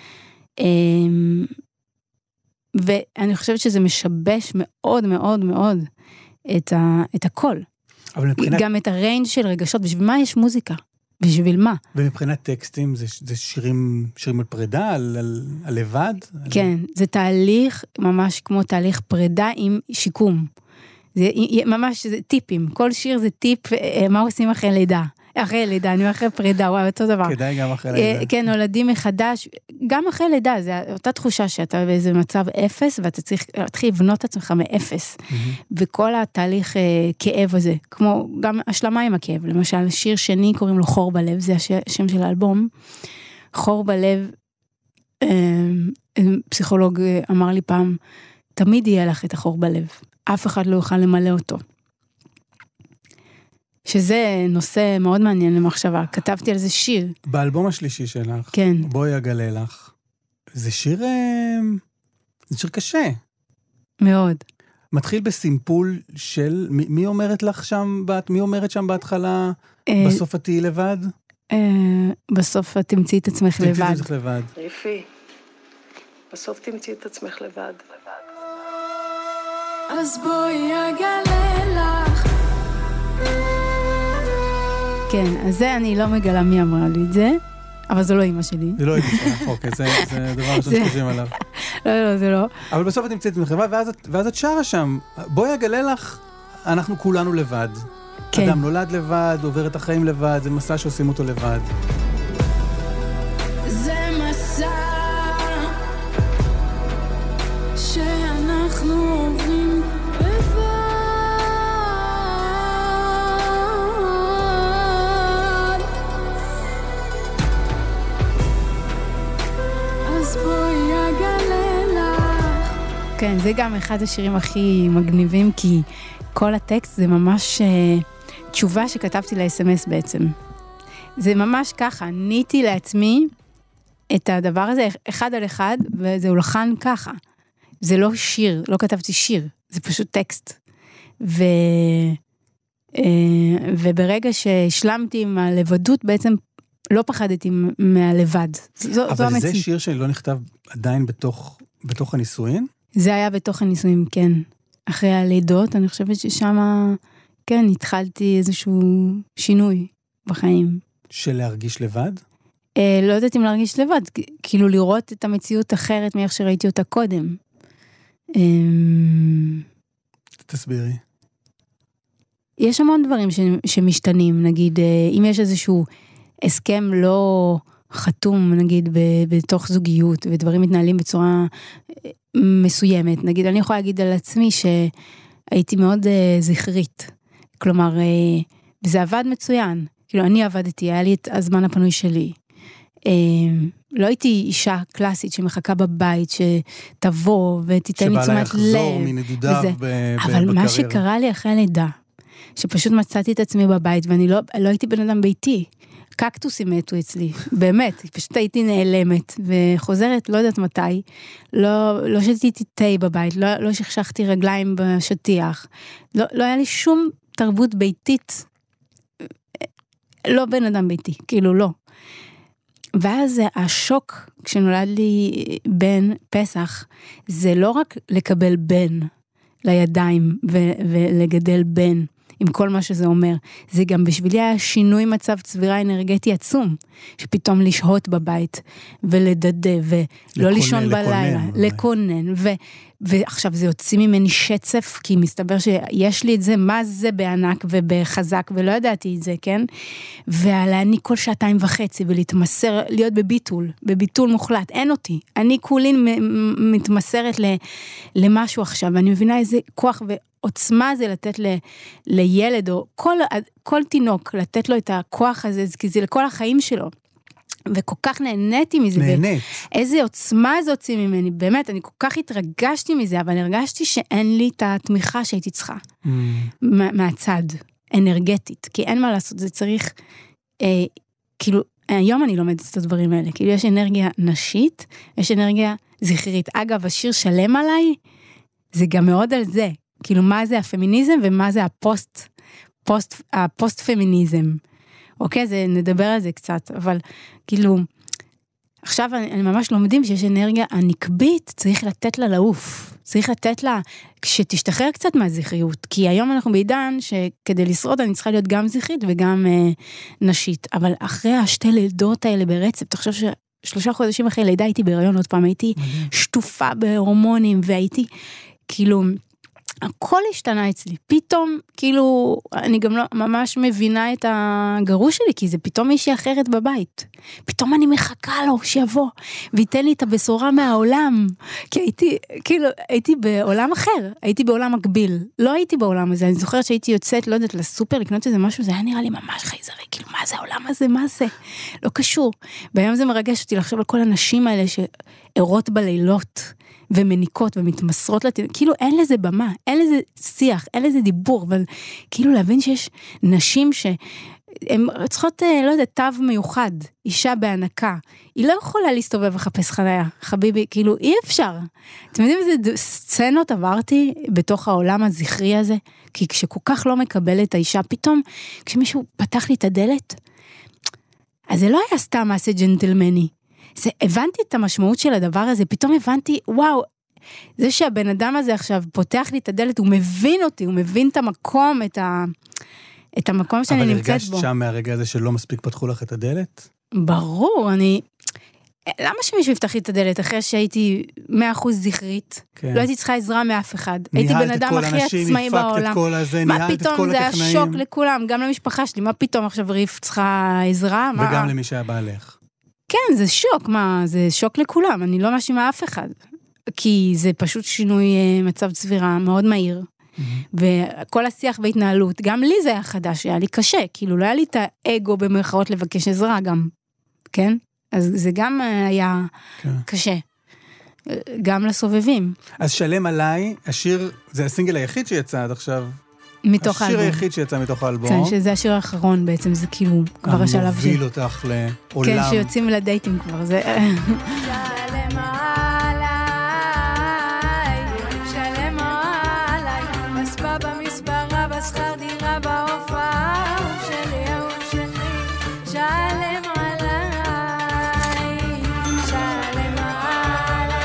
ואני חושבת שזה משבש מאוד מאוד מאוד את, ה, את הכל. אבל מבחינת... גם את הריינג' של רגשות, בשביל מה יש מוזיקה? בשביל מה? ומבחינת טקסטים, זה, זה שירים, שירים על פרידה, על, על, על לבד? כן, על... זה תהליך, ממש כמו תהליך פרידה עם שיקום. זה ממש, זה טיפים. כל שיר זה טיפ, מה עושים אחרי לידה. אחרי לידה, אני אחרי פרידה, וואו, אותו דבר. כדאי גם אחרי לידה. כן, נולדים מחדש, גם אחרי לידה, זה אותה תחושה שאתה באיזה מצב אפס, ואתה צריך להתחיל לבנות את עצמך מאפס. וכל התהליך כאב הזה, כמו גם השלמה עם הכאב, למשל, שיר שני קוראים לו חור בלב, זה השם של האלבום. חור בלב, פסיכולוג אמר לי פעם, תמיד יהיה לך את החור בלב, אף אחד לא יוכל למלא אותו. שזה נושא מאוד מעניין למחשבה, כתבתי על זה שיר. באלבום השלישי שלך, כן. בואי אגלה לך, זה שיר, זה שיר קשה. מאוד. מתחיל בסימפול של, מי, מי אומרת לך שם, מי אומרת שם בהתחלה, בסוף את תהיי לבד? בסוף את תמצאי את עצמך לבד. תמצאי את עצמך לבד. ריפי, בסוף תמצאי את עצמך לבד. אז בואי אגלה לך. כן, אז זה אני לא מגלה מי אמרה לי את זה, אבל זו לא אמא שלי. זה לא אמא שלך, אוקיי, זה דבר ראשון שחושבים עליו. לא, לא, זה לא. אבל בסוף את נמצאת במחרבה, ואז את שרה שם, בואי אגלה לך, אנחנו כולנו לבד. אדם נולד לבד, עובר את החיים לבד, זה מסע שעושים אותו לבד. זה מסע שאנחנו עוברים לבד. אז בואי אגלה לך. כן, זה גם אחד השירים הכי מגניבים, כי כל הטקסט זה ממש uh, תשובה שכתבתי ל-אס אם אס בעצם. זה ממש ככה, עניתי לעצמי את הדבר הזה אחד על אחד, וזה הולחן ככה. זה לא שיר, לא כתבתי שיר, זה פשוט טקסט. ו... uh, וברגע שהשלמתי עם הלבדות, בעצם לא פחדתי מהלבד. זו, אבל זו זה המציא. שיר שלא נכתב עדיין בתוך, בתוך הנישואין? זה היה בתוך הנישואים, כן. אחרי הלידות, אני חושבת ששם, כן, התחלתי איזשהו שינוי בחיים. של להרגיש לבד? אה, לא יודעת אם להרגיש לבד, כאילו לראות את המציאות אחרת מאיך שראיתי אותה קודם. אה, תסבירי. יש המון דברים ש, שמשתנים, נגיד, אה, אם יש איזשהו הסכם לא חתום, נגיד, ב, בתוך זוגיות, ודברים מתנהלים בצורה מסוימת. נגיד, אני יכולה להגיד על עצמי שהייתי מאוד uh, זכרית. כלומר, uh, זה עבד מצוין. כאילו, אני עבדתי, היה לי את הזמן הפנוי שלי. Uh, לא הייתי אישה קלאסית שמחכה בבית, שתבוא ותיתן לי תשומת לב. שבא לה יחזור מנדודיו בקריירה. אבל מה שקרה לי אחרי לידה, שפשוט מצאתי את עצמי בבית, ואני לא, לא הייתי בן אדם ביתי. קקטוסים מתו אצלי, באמת, פשוט הייתי נעלמת, וחוזרת, לא יודעת מתי, לא, לא שתיתי תה בבית, לא, לא שכשכתי רגליים בשטיח, לא, לא היה לי שום תרבות ביתית, לא בן אדם ביתי, כאילו לא. ואז השוק, כשנולד לי בן פסח, זה לא רק לקבל בן לידיים, ו- ולגדל בן, עם כל מה שזה אומר, זה גם בשבילי היה שינוי מצב צבירה אנרגטי עצום, שפתאום לשהות בבית, ולדדה, ולא לישון בלילה, לקונן, ו, ועכשיו זה יוצא ממני שצף, כי מסתבר שיש לי את זה, מה זה בענק ובחזק, ולא ידעתי את זה, כן? ולהני כל שעתיים וחצי, ולהתמסר, להיות בביטול, בביטול מוחלט, אין אותי, אני כולין מתמסרת למשהו עכשיו, ואני מבינה איזה כוח ו... עוצמה זה לתת ל, לילד, או כל, כל תינוק, לתת לו את הכוח הזה, כי זה לכל החיים שלו. וכל כך נהניתי מזה. נהנית. איזה עוצמה זה הוציא ממני, באמת, אני כל כך התרגשתי מזה, אבל הרגשתי שאין לי את התמיכה שהייתי צריכה. Mm. מהצד, אנרגטית, כי אין מה לעשות, זה צריך, אה, כאילו, היום אני לומדת את הדברים האלה, כאילו יש אנרגיה נשית, יש אנרגיה זכרית. אגב, השיר שלם עליי, זה גם מאוד על זה. כאילו, מה זה הפמיניזם ומה זה הפוסט, פוסט, הפוסט פמיניזם. אוקיי, זה, נדבר על זה קצת, אבל כאילו, עכשיו אני, אני ממש לומדים שיש אנרגיה הנקבית, צריך לתת לה לעוף. צריך לתת לה, כשתשתחרר קצת מהזכריות. כי היום אנחנו בעידן שכדי לשרוד אני צריכה להיות גם זכרית וגם אה, נשית. אבל אחרי השתי לידות האלה ברצף, תחשוב ששלושה חודשים אחרי לידה הייתי בהיריון עוד פעם, הייתי שטופה בהורמונים, והייתי כאילו... הכל השתנה אצלי, פתאום, כאילו, אני גם לא ממש מבינה את הגרוש שלי, כי זה פתאום מישהי אחרת בבית. פתאום אני מחכה לו שיבוא, ויתן לי את הבשורה מהעולם, כי הייתי, כאילו, הייתי בעולם אחר, הייתי בעולם מקביל, לא הייתי בעולם הזה, אני זוכרת שהייתי יוצאת, לא יודעת, לסופר, לקנות איזה משהו, זה היה נראה לי ממש חייזרי, כאילו, מה זה העולם הזה, מה זה? לא קשור. והיום זה מרגש אותי לחשוב על כל הנשים האלה שערות בלילות, ומניקות ומתמסרות לתינוק, כאילו אין לזה במה, אין לזה שיח, אין לזה דיבור, אבל כאילו להבין שיש נשים שהן צריכות, לא יודע, תו מיוחד, אישה בהנקה, היא לא יכולה להסתובב לחפש חניה, חביבי, כאילו אי אפשר. אתם יודעים איזה סצנות עברתי בתוך העולם הזכרי הזה, כי כשכל כך לא מקבל את האישה, פתאום כשמישהו פתח לי את הדלת, אז זה לא היה סתם מעשה ג'נטלמני, זה, הבנתי את המשמעות של הדבר הזה, פתאום הבנתי, וואו, זה שהבן אדם הזה עכשיו פותח לי את הדלת, הוא מבין אותי, הוא מבין את המקום, את, ה, את המקום שאני נמצאת בו. אבל הרגשת שם מהרגע הזה שלא מספיק פתחו לך את הדלת? ברור, אני... למה שמישהו יפתח לי את הדלת, אחרי שהייתי מאה אחוז זכרית, כן. לא הייתי צריכה עזרה מאף אחד, הייתי בן אדם הכי עצמאי בעולם, הזה, מה פתאום זה היה שוק לכולם, גם למשפחה שלי, מה פתאום עכשיו ריף צריכה עזרה? וגם מה... למי שהיה בעלך. כן, זה שוק, מה, זה שוק לכולם, אני לא מאשימה אף אחד, כי זה פשוט שינוי מצב צבירה מאוד מהיר, mm-hmm. וכל השיח בהתנהלות, גם לי זה היה חדש, היה לי קשה, כאילו לא היה לי את האגו במרכאות לבקש עזרה גם, כן? אז זה גם היה כן. קשה, גם לסובבים. אז שלם עליי, השיר, זה הסינגל היחיד שיצא עד עכשיו, מתוך האלבום. השיר היחיד שיצא מתוך האלבום. כן, שזה השיר האחרון בעצם, זה כאילו כבר השלב המוביל אותך לעולם. כן, שיוצאים לדייטים כבר, זה... שלם עליי, שלם עליי, בספה במספרה, בשכר דירה בהופעה, אהוב שלי, אהוב שלי, שלם עליי, שלם עליי.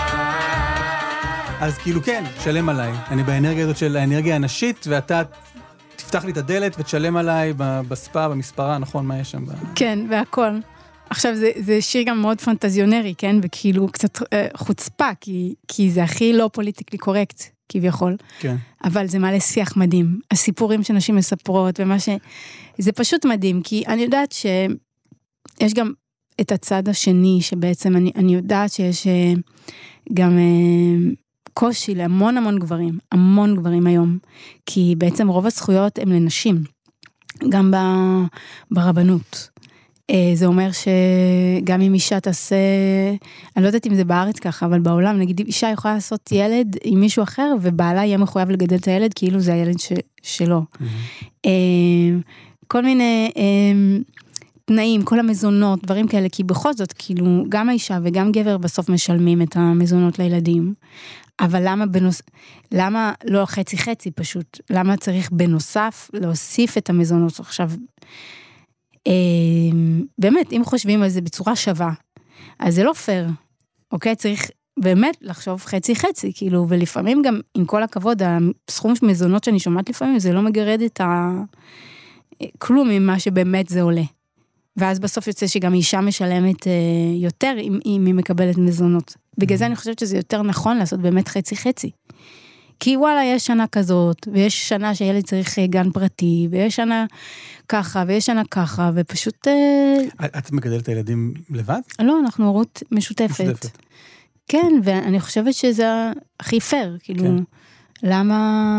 אז כאילו כן, שלם עליי. אני באנרגיה הזאת של האנרגיה הנשית, ואתה תפתח לי את הדלת ותשלם עליי בספה, במספרה, נכון, מה יש שם? כן, והכל. עכשיו, זה, זה שיר גם מאוד פנטזיונרי, כן? וכאילו קצת אה, חוצפה, כי, כי זה הכי לא פוליטיקלי קורקט, כביכול. כן. אבל זה מעלה שיח מדהים. הסיפורים שנשים מספרות, ומה ש... זה פשוט מדהים, כי אני יודעת שיש גם את הצד השני, שבעצם אני, אני יודעת שיש אה, גם... אה, קושי להמון המון גברים, המון גברים היום, כי בעצם רוב הזכויות הן לנשים, גם ברבנות. זה אומר שגם אם אישה תעשה, אני לא יודעת אם זה בארץ ככה, אבל בעולם, נגיד אישה יכולה לעשות ילד עם מישהו אחר, ובעלה יהיה מחויב לגדל את הילד, כאילו זה הילד ש, שלו. Mm-hmm. כל מיני תנאים, כל המזונות, דברים כאלה, כי בכל זאת, כאילו, גם האישה וגם גבר בסוף משלמים את המזונות לילדים, אבל למה בנוס... למה לא חצי חצי פשוט? למה צריך בנוסף להוסיף את המזונות? עכשיו, אה, באמת, אם חושבים על זה בצורה שווה, אז זה לא פייר, אוקיי? צריך באמת לחשוב חצי חצי, כאילו, ולפעמים גם, עם כל הכבוד, הסכום של מזונות שאני שומעת לפעמים, זה לא מגרד את ה... כלום ממה שבאמת זה עולה. ואז בסוף יוצא שגם אישה משלמת אה, יותר, אם, אם היא מקבלת מזונות. בגלל זה אני חושבת שזה יותר נכון לעשות באמת חצי-חצי. כי וואלה, יש שנה כזאת, ויש שנה שילד צריך גן פרטי, ויש שנה ככה, ויש שנה ככה, ופשוט... אה... את מגדלת את הילדים לבד? לא, אנחנו הורות משותפת. משותפת. כן, ואני חושבת שזה הכי פייר, כאילו, כן. למה...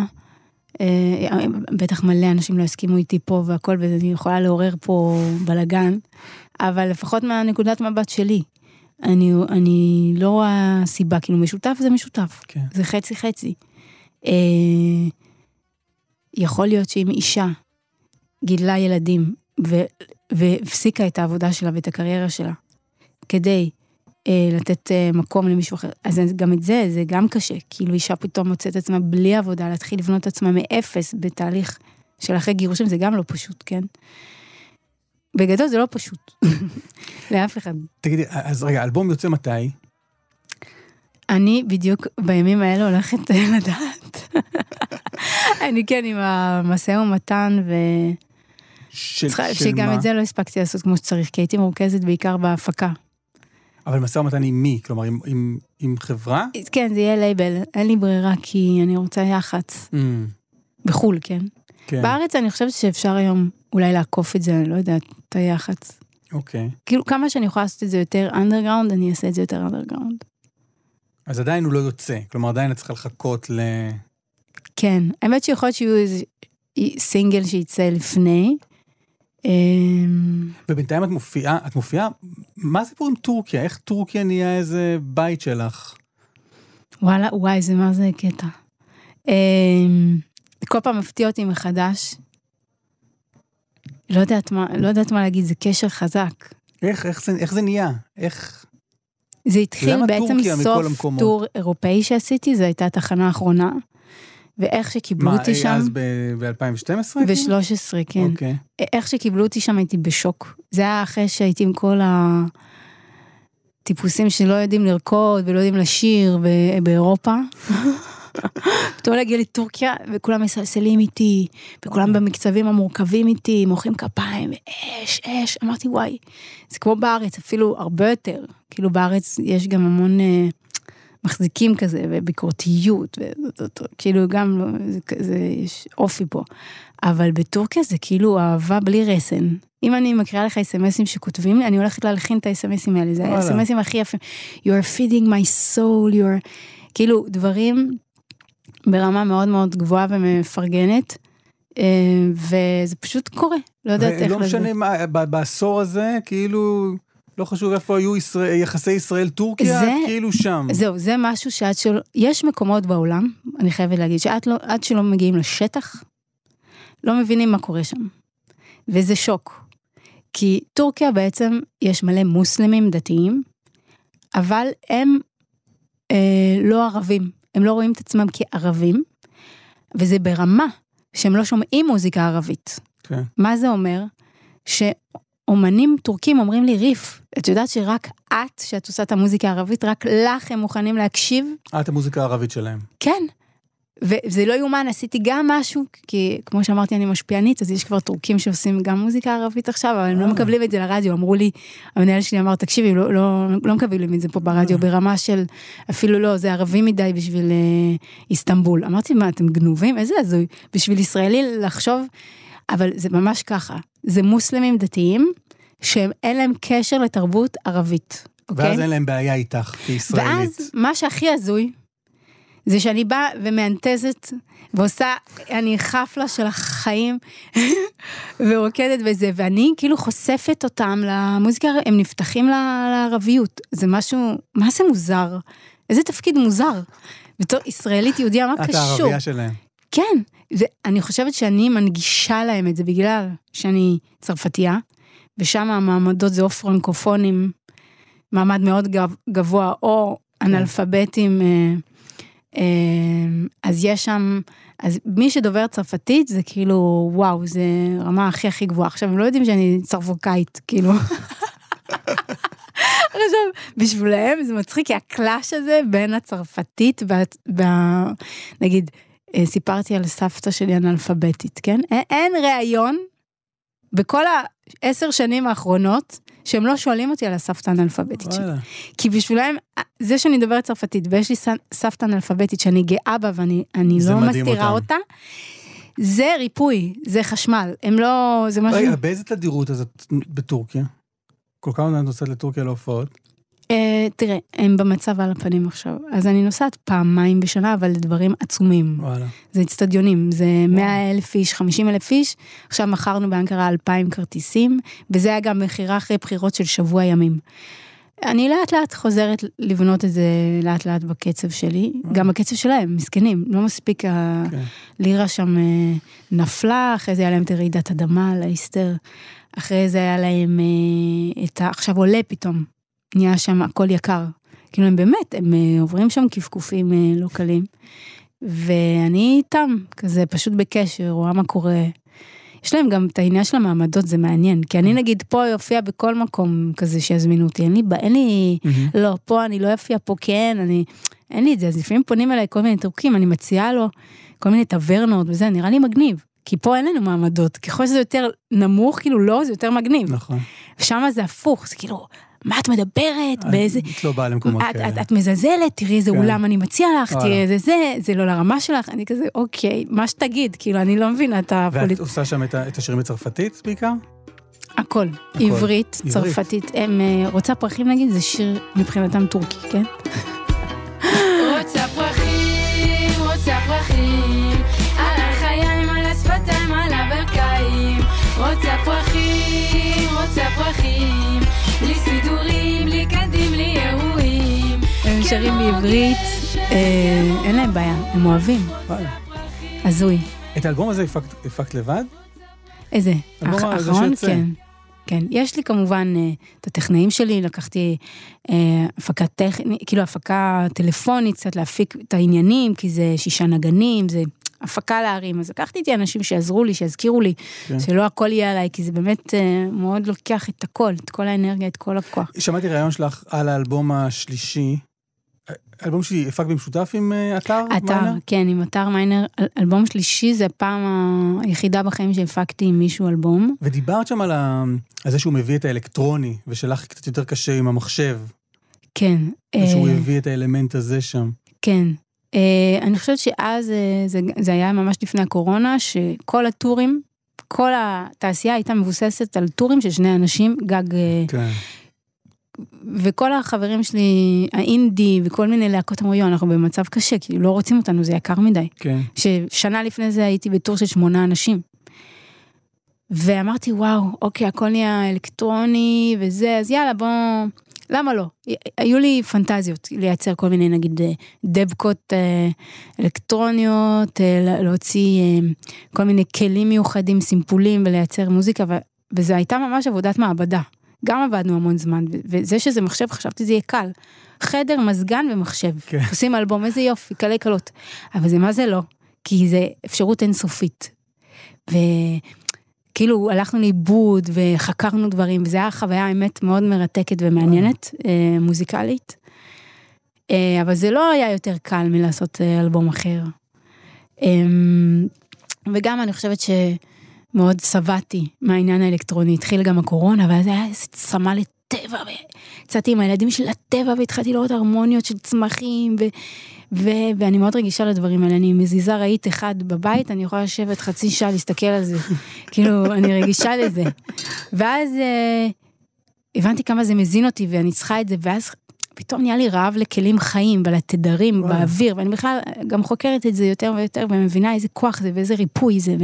בטח מלא אנשים לא הסכימו איתי פה והכל, ואני יכולה לעורר פה בלגן, אבל לפחות מהנקודת מבט שלי, אני, אני לא רואה סיבה, כאילו משותף זה משותף, כן. זה חצי חצי. יכול להיות שאם אישה גידלה ילדים, והפסיקה את העבודה שלה ואת הקריירה שלה, כדי לתת מקום למישהו אחר, אז גם את זה, זה גם קשה, כאילו אישה פתאום מוצאת עצמה בלי עבודה, להתחיל לבנות עצמה מאפס בתהליך של אחרי גירושים, זה גם לא פשוט, כן? בגדול זה לא פשוט. לאף אחד. תגידי, אז רגע, האלבום יוצא מתי? אני בדיוק בימים האלה הולכת לדעת. אני כן עם המשא ומתן ו... של, צריכה, של שגם מה? את זה לא הספקתי לעשות כמו שצריך, כי הייתי מורכזת בעיקר בהפקה. אבל משא ומתן עם מי? כלומר, עם, עם, עם חברה? כן, זה יהיה לייבל. אין לי ברירה, כי אני רוצה יח"צ. Mm, בחול, כן? כן. בארץ אני חושבת שאפשר היום אולי לעקוף את זה, אני לא יודעת, את היח"צ. אוקיי. כאילו, כמה שאני יכולה לעשות את זה יותר אנדרגראונד, אני אעשה את זה יותר אנדרגראונד. אז עדיין הוא לא יוצא, כלומר עדיין את צריכה לחכות ל... כן, האמת שיכול להיות שיהיו איזה סינגל שיצא לפני. ובינתיים את מופיעה, את מופיעה, מה הסיפור עם טורקיה? איך טורקיה נהיה איזה בית שלך? וואלה, וואי, זה מה זה קטע. כל פעם מפתיע אותי מחדש. לא יודעת מה, לא יודעת מה להגיד, זה קשר חזק. איך, איך זה, איך זה נהיה? איך... זה התחיל בעצם סוף המקומות? טור אירופאי שעשיתי, זו הייתה התחנה האחרונה, ואיך שקיבלו מה, אותי שם... אז ב-אלפיים ושתים עשרה? ב-שלוש עשרה, כן. אוקיי. איך שקיבלו אותי שם הייתי בשוק. זה היה אחרי שהייתי עם כל הטיפוסים שלא יודעים לרקוד ולא יודעים לשיר באירופה. פתאום להגיע לטורקיה, וכולם מסלסלים איתי, וכולם במקצבים המורכבים איתי, מוחאים כפיים, ואש, אש. אמרתי, וואי, זה כמו בארץ, אפילו הרבה יותר. כאילו בארץ יש גם המון אה, מחזיקים כזה, וביקורתיות, וכאילו גם, זה, זה, יש אופי פה. אבל בטורקיה זה כאילו אהבה בלי רסן. אם אני מקריאה לך אס-אמסים שכותבים לי, אני הולכת להלחין את האס-אמסים האלה, זה האס-אמסים הכי יפים. You're feeding my soul, you're... כאילו דברים ברמה מאוד מאוד גבוהה ומפרגנת, וזה פשוט קורה, לא יודעת איך לזה. לא משנה מה, בעשור הזה, כאילו, לא חשוב איפה היו יחסי ישראל-טורקיה, כאילו שם. זהו, זה משהו שעד שלא, יש מקומות בעולם, אני חייבת להגיד, שעד שלא מגיעים לשטח, לא מבינים מה קורה שם. וזה שוק. כי טורקיה בעצם, יש מלא מוסלמים דתיים, אבל הם אה, לא ערבים. הם לא רואים את עצמם כערבים, וזה ברמה שהם לא שומעים מוזיקה ערבית. כן. מה זה אומר? שאומנים טורקים אומרים לי, ריף, את יודעת שרק את, שאת עושה את המוזיקה הערבית, רק לך הם מוכנים להקשיב? את המוזיקה הערבית שלהם. כן. וזה לא יומן, עשיתי גם משהו, כי כמו שאמרתי, אני משפיענית, אז יש כבר טורקים שעושים גם מוזיקה ערבית עכשיו, אבל הם לא מקבלים את זה לרדיו, אמרו לי, המנהל שלי אמר, תקשיבי, לא, לא, לא מקבלים את זה פה ברדיו, ברמה של, אפילו לא, זה ערבי מדי בשביל איסטנבול. אמרתי, מה, אתם גנובים? איזה הזוי? בשביל ישראלי לחשוב, אבל זה ממש ככה, זה מוסלמים דתיים, שהם אין להם קשר לתרבות ערבית, אוקיי? ואז אין להם בעיה איתך, כישראלית. ואז, מה שהכי הזוי, זה שאני באה ומאנטזת, ועושה, אני חפלה של החיים, ורוקדת בזה, ואני כאילו חושפת אותם למוזיקה, הם נפתחים לערביות. זה משהו, מה זה מוזר? איזה תפקיד מוזר? בתור ישראלית יהודיה, מה קשור? את הערבייה שלהם. כן, ואני חושבת שאני מנגישה להם את זה, בגלל שאני צרפתייה, ושם המעמדות זה או פרנקופונים, מעמד מאוד גבוה, או אנאלפביתים, אז יש שם, אז מי שדובר צרפתית זה כאילו, וואו, זה רמה הכי הכי גבוהה. עכשיו, הם לא יודעים שאני צרפוקאית, כאילו. עכשיו, בשבילהם זה מצחיק, כי הקלאש הזה בין הצרפתית, נגיד, סיפרתי על סבתא שלי אנאלפביתית, כן? אין ראיון בכל העשר שנים האחרונות, שהם לא שואלים אותי על הסבתא אנאלפביתית שלי. כי בשבילם, זה שאני מדברת צרפתית, ויש לי סבתא אנאלפביתית שאני גאה בה, ואני לא מסתירה אותה, זה ריפוי, זה חשמל. הם לא, זה משהו... רגע, באיזה תדירות הזאת בטורקיה? כל כמה זמן את נוסעת לטורקיה להופעות? תראה, הם במצב על הפנים עכשיו. אז אני נוסעת פעמיים בשנה, אבל לדברים עצומים. וואלה. זה אצטדיונים, זה מאה אלף איש, חמישים אלף איש. עכשיו מכרנו באנקרה אלפיים כרטיסים, וזה היה גם מחירה אחרי בחירות של שבוע ימים. אני לאט לאט חוזרת לבנות את זה לאט לאט בקצב שלי, גם בקצב שלהם, מסכנים, לא מספיק הלירה שם נפלה, אחרי זה היה להם את רעידת אדמה, להיסטר, אחרי זה היה להם את ה... עכשיו עולה פתאום, נהיה שם הכל יקר, כאילו הם באמת, הם עוברים שם כפכופים לא קלים, ואני איתם, כזה פשוט בקשר, רואה מה קורה, יש להם גם את העניין של המעמדות, זה מעניין, כי אני נגיד פה יופיע בכל מקום כזה שיזמינו אותי, אין לי, אין לי, לא, פה אני לא יופיע, פה כן, אני, אין לי את זה, אז לפעמים פונים אליי כל מיני טורקים, אני מציעה לו כל מיני טברנות וזה, נראה לי מגניב, כי פה אין לנו מעמדות, ככל שזה יותר נמוך, כאילו לא, זה יותר מגניב. נכון. ושם זה הפוך, זה כאילו, מה את מדברת? באיזה... את לא באה למקומות כאלה. את מזלזלת, תראי איזה אולם אני מציע לך, תראי איזה זה, זה לא לרמה שלך, אני כזה, אוקיי, מה שתגיד, כאילו, אני לא מבינה את הפוליט... ואת עושה שם את השירים בצרפתית בעיקר? הכל, עברית, צרפתית, הם רוצה פרחים נגיד, זה שיר מבחינתם טורקי, כן? רוצה פרחים, רוצה פרחים, על החיים, על השפתיים, על הברכיים, רוצה פרחים, רוצה פרחים, בלי סידורים, בלי קדים, בלי אירועים. הם שרים בעברית, אין להם בעיה, הם אוהבים. הזוי. את האלבום הזה הפקת לבד? איזה? האחרון? כן. כן, יש לי כמובן את הטכנאים שלי, לקחתי הפקה טכנית, כאילו הפקה טלפונית, קצת להפיק את העניינים, כי זה שישה נגנים, זה הפקה להרים, אז לקחתי איתי אנשים שיעזרו לי, שיזכירו לי, שלא הכל יהיה עליי, כי זה באמת מאוד לוקח את הכל, את כל האנרגיה, את כל הכוח. שמעתי רעיון שלך על האלבום השלישי, אלבום שלי הפק במשותף עם אתר מיינר? אתר, כן, עם אתר מיינר. אלבום שלישי זה הפעם היחידה בחיים שהפקתי עם מישהו אלבום. ודיברת שם על זה שהוא מביא את האלקטרוני, ושלך קצת יותר קשה עם המחשב. כן. ושהוא הביא את האלמנט הזה שם. כן. אני חושבת שאז זה היה ממש לפני הקורונה, שכל הטורים, כל התעשייה הייתה מבוססת על טורים של שני אנשים, גג... כן. וכל החברים שלי, האינדי וכל מיני להקות אמרו, יו, אנחנו במצב קשה, כי לא רוצים אותנו, זה יקר מדי. כן. ששנה לפני זה הייתי בטור של שמונה אנשים. ואמרתי, וואו, אוקיי, הכל נהיה אלקטרוני וזה, אז יאללה, בוא, למה לא? היו לי פנטזיות לייצר כל מיני, נגיד, דבקות אלקטרוניות, להוציא כל מיני כלים מיוחדים, סימפולים, ולייצר מוזיקה, וזו הייתה ממש עבודת מעבדה. גם עבדנו המון זמן, וזה שזה מחשב, חשבתי זה יהיה קל. חדר, מזגן ומחשב. כן. עושים אלבום, איזה יופי, קלי קלות. אבל זה מה זה לא? כי זה אפשרות אינסופית. וכאילו הלכנו לאיבוד, וחקרנו דברים, וזו הייתה חוויה האמת מאוד מרתקת ומעניינת, מוזיקלית. אבל זה לא היה יותר קל מלעשות אלבום אחר. וגם אני חושבת ש... מאוד סבתי מהעניין האלקטרוני, התחיל גם הקורונה, ואז היה איזה צמא לטבע, ויצאתי עם הילדים של הטבע, והתחלתי לראות הרמוניות של צמחים, ו... ו... ואני מאוד רגישה לדברים האלה, אני מזיזה רהיט אחד בבית, אני יכולה לשבת חצי שעה להסתכל על זה, כאילו, אני רגישה לזה. ואז אה, הבנתי כמה זה מזין אותי, ואני צריכה את זה, ואז פתאום נהיה לי רעב לכלים חיים, ולתדרים באוויר, ואני בכלל גם חוקרת את זה יותר ויותר, ומבינה איזה כוח זה, ואיזה ריפוי זה, ו...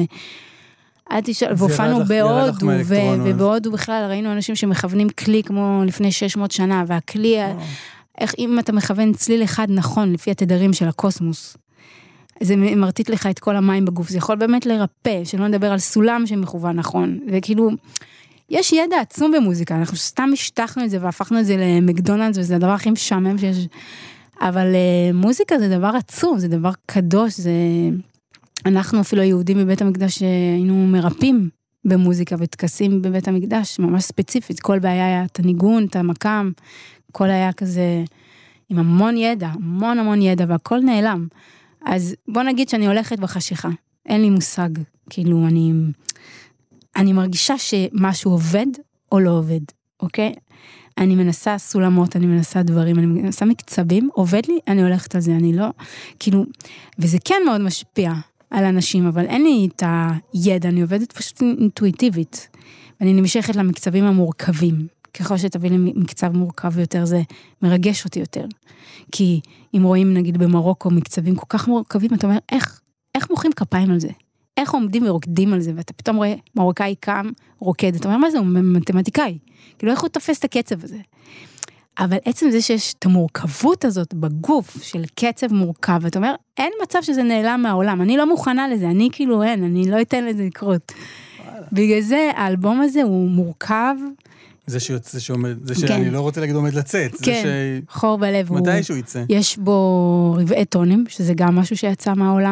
והופענו בהודו, ובהודו בכלל ראינו אנשים שמכוונים כלי כמו לפני שש מאות שנה, והכלי, איך אם אתה מכוון צליל אחד נכון, לפי התדרים של הקוסמוס, זה מרטיט לך את כל המים בגוף, זה יכול באמת לרפא, שלא נדבר על סולם שמכוון נכון, וכאילו, יש ידע עצום במוזיקה, אנחנו סתם השטחנו את זה, והפכנו את זה למקדונלדס, וזה הדבר הכי משעמם שיש, אבל מוזיקה זה דבר עצום, זה דבר קדוש, זה... אנחנו אפילו היהודים בבית המקדש היינו מרפאים במוזיקה וטקסים בבית המקדש, ממש ספציפית, כל בעיה היה את הניגון, את המקם, כל היה כזה עם המון ידע, המון המון ידע, והכל נעלם. אז בוא נגיד שאני הולכת בחשיכה, אין לי מושג, כאילו אני, אני מרגישה שמשהו עובד או לא עובד, אוקיי? אני מנסה סולמות, אני מנסה דברים, אני מנסה מקצבים, עובד לי, אני הולכת על זה, אני לא, כאילו, וזה כן מאוד משפיע על אנשים, אבל אין לי את הידע, אני עובדת פשוט אינטואיטיבית, ואני נמשכת למקצבים המורכבים, ככל שתביא לי מקצב מורכב יותר, זה מרגש אותי יותר, כי אם רואים נגיד במרוקו מקצבים כל כך מורכבים, אתה אומר, איך, איך מוחאים כפיים על זה? איך עומדים ורוקדים על זה? ואתה פתאום רואה מרוקאי קם, רוקד, אתה אומר, מה זה? הוא מתמטיקאי, כאילו איך הוא תופס את הקצב הזה? אבל עצם זה שיש את המורכבות הזאת בגוף של קצב מורכב, ואתה אומר, אין מצב שזה נעלם מהעולם, אני לא מוכנה לזה, אני כאילו אין, אני לא אתן לזה לקרות. בגלל זה, האלבום הזה הוא מורכב. זה שיוצא, שעומד, זה שאני לא רוצה להגיד עומד לצאת. כן, חור בלב. מתי שהוא יצא? יש בו רבעי טונים, שזה גם משהו שיצא מהעולם,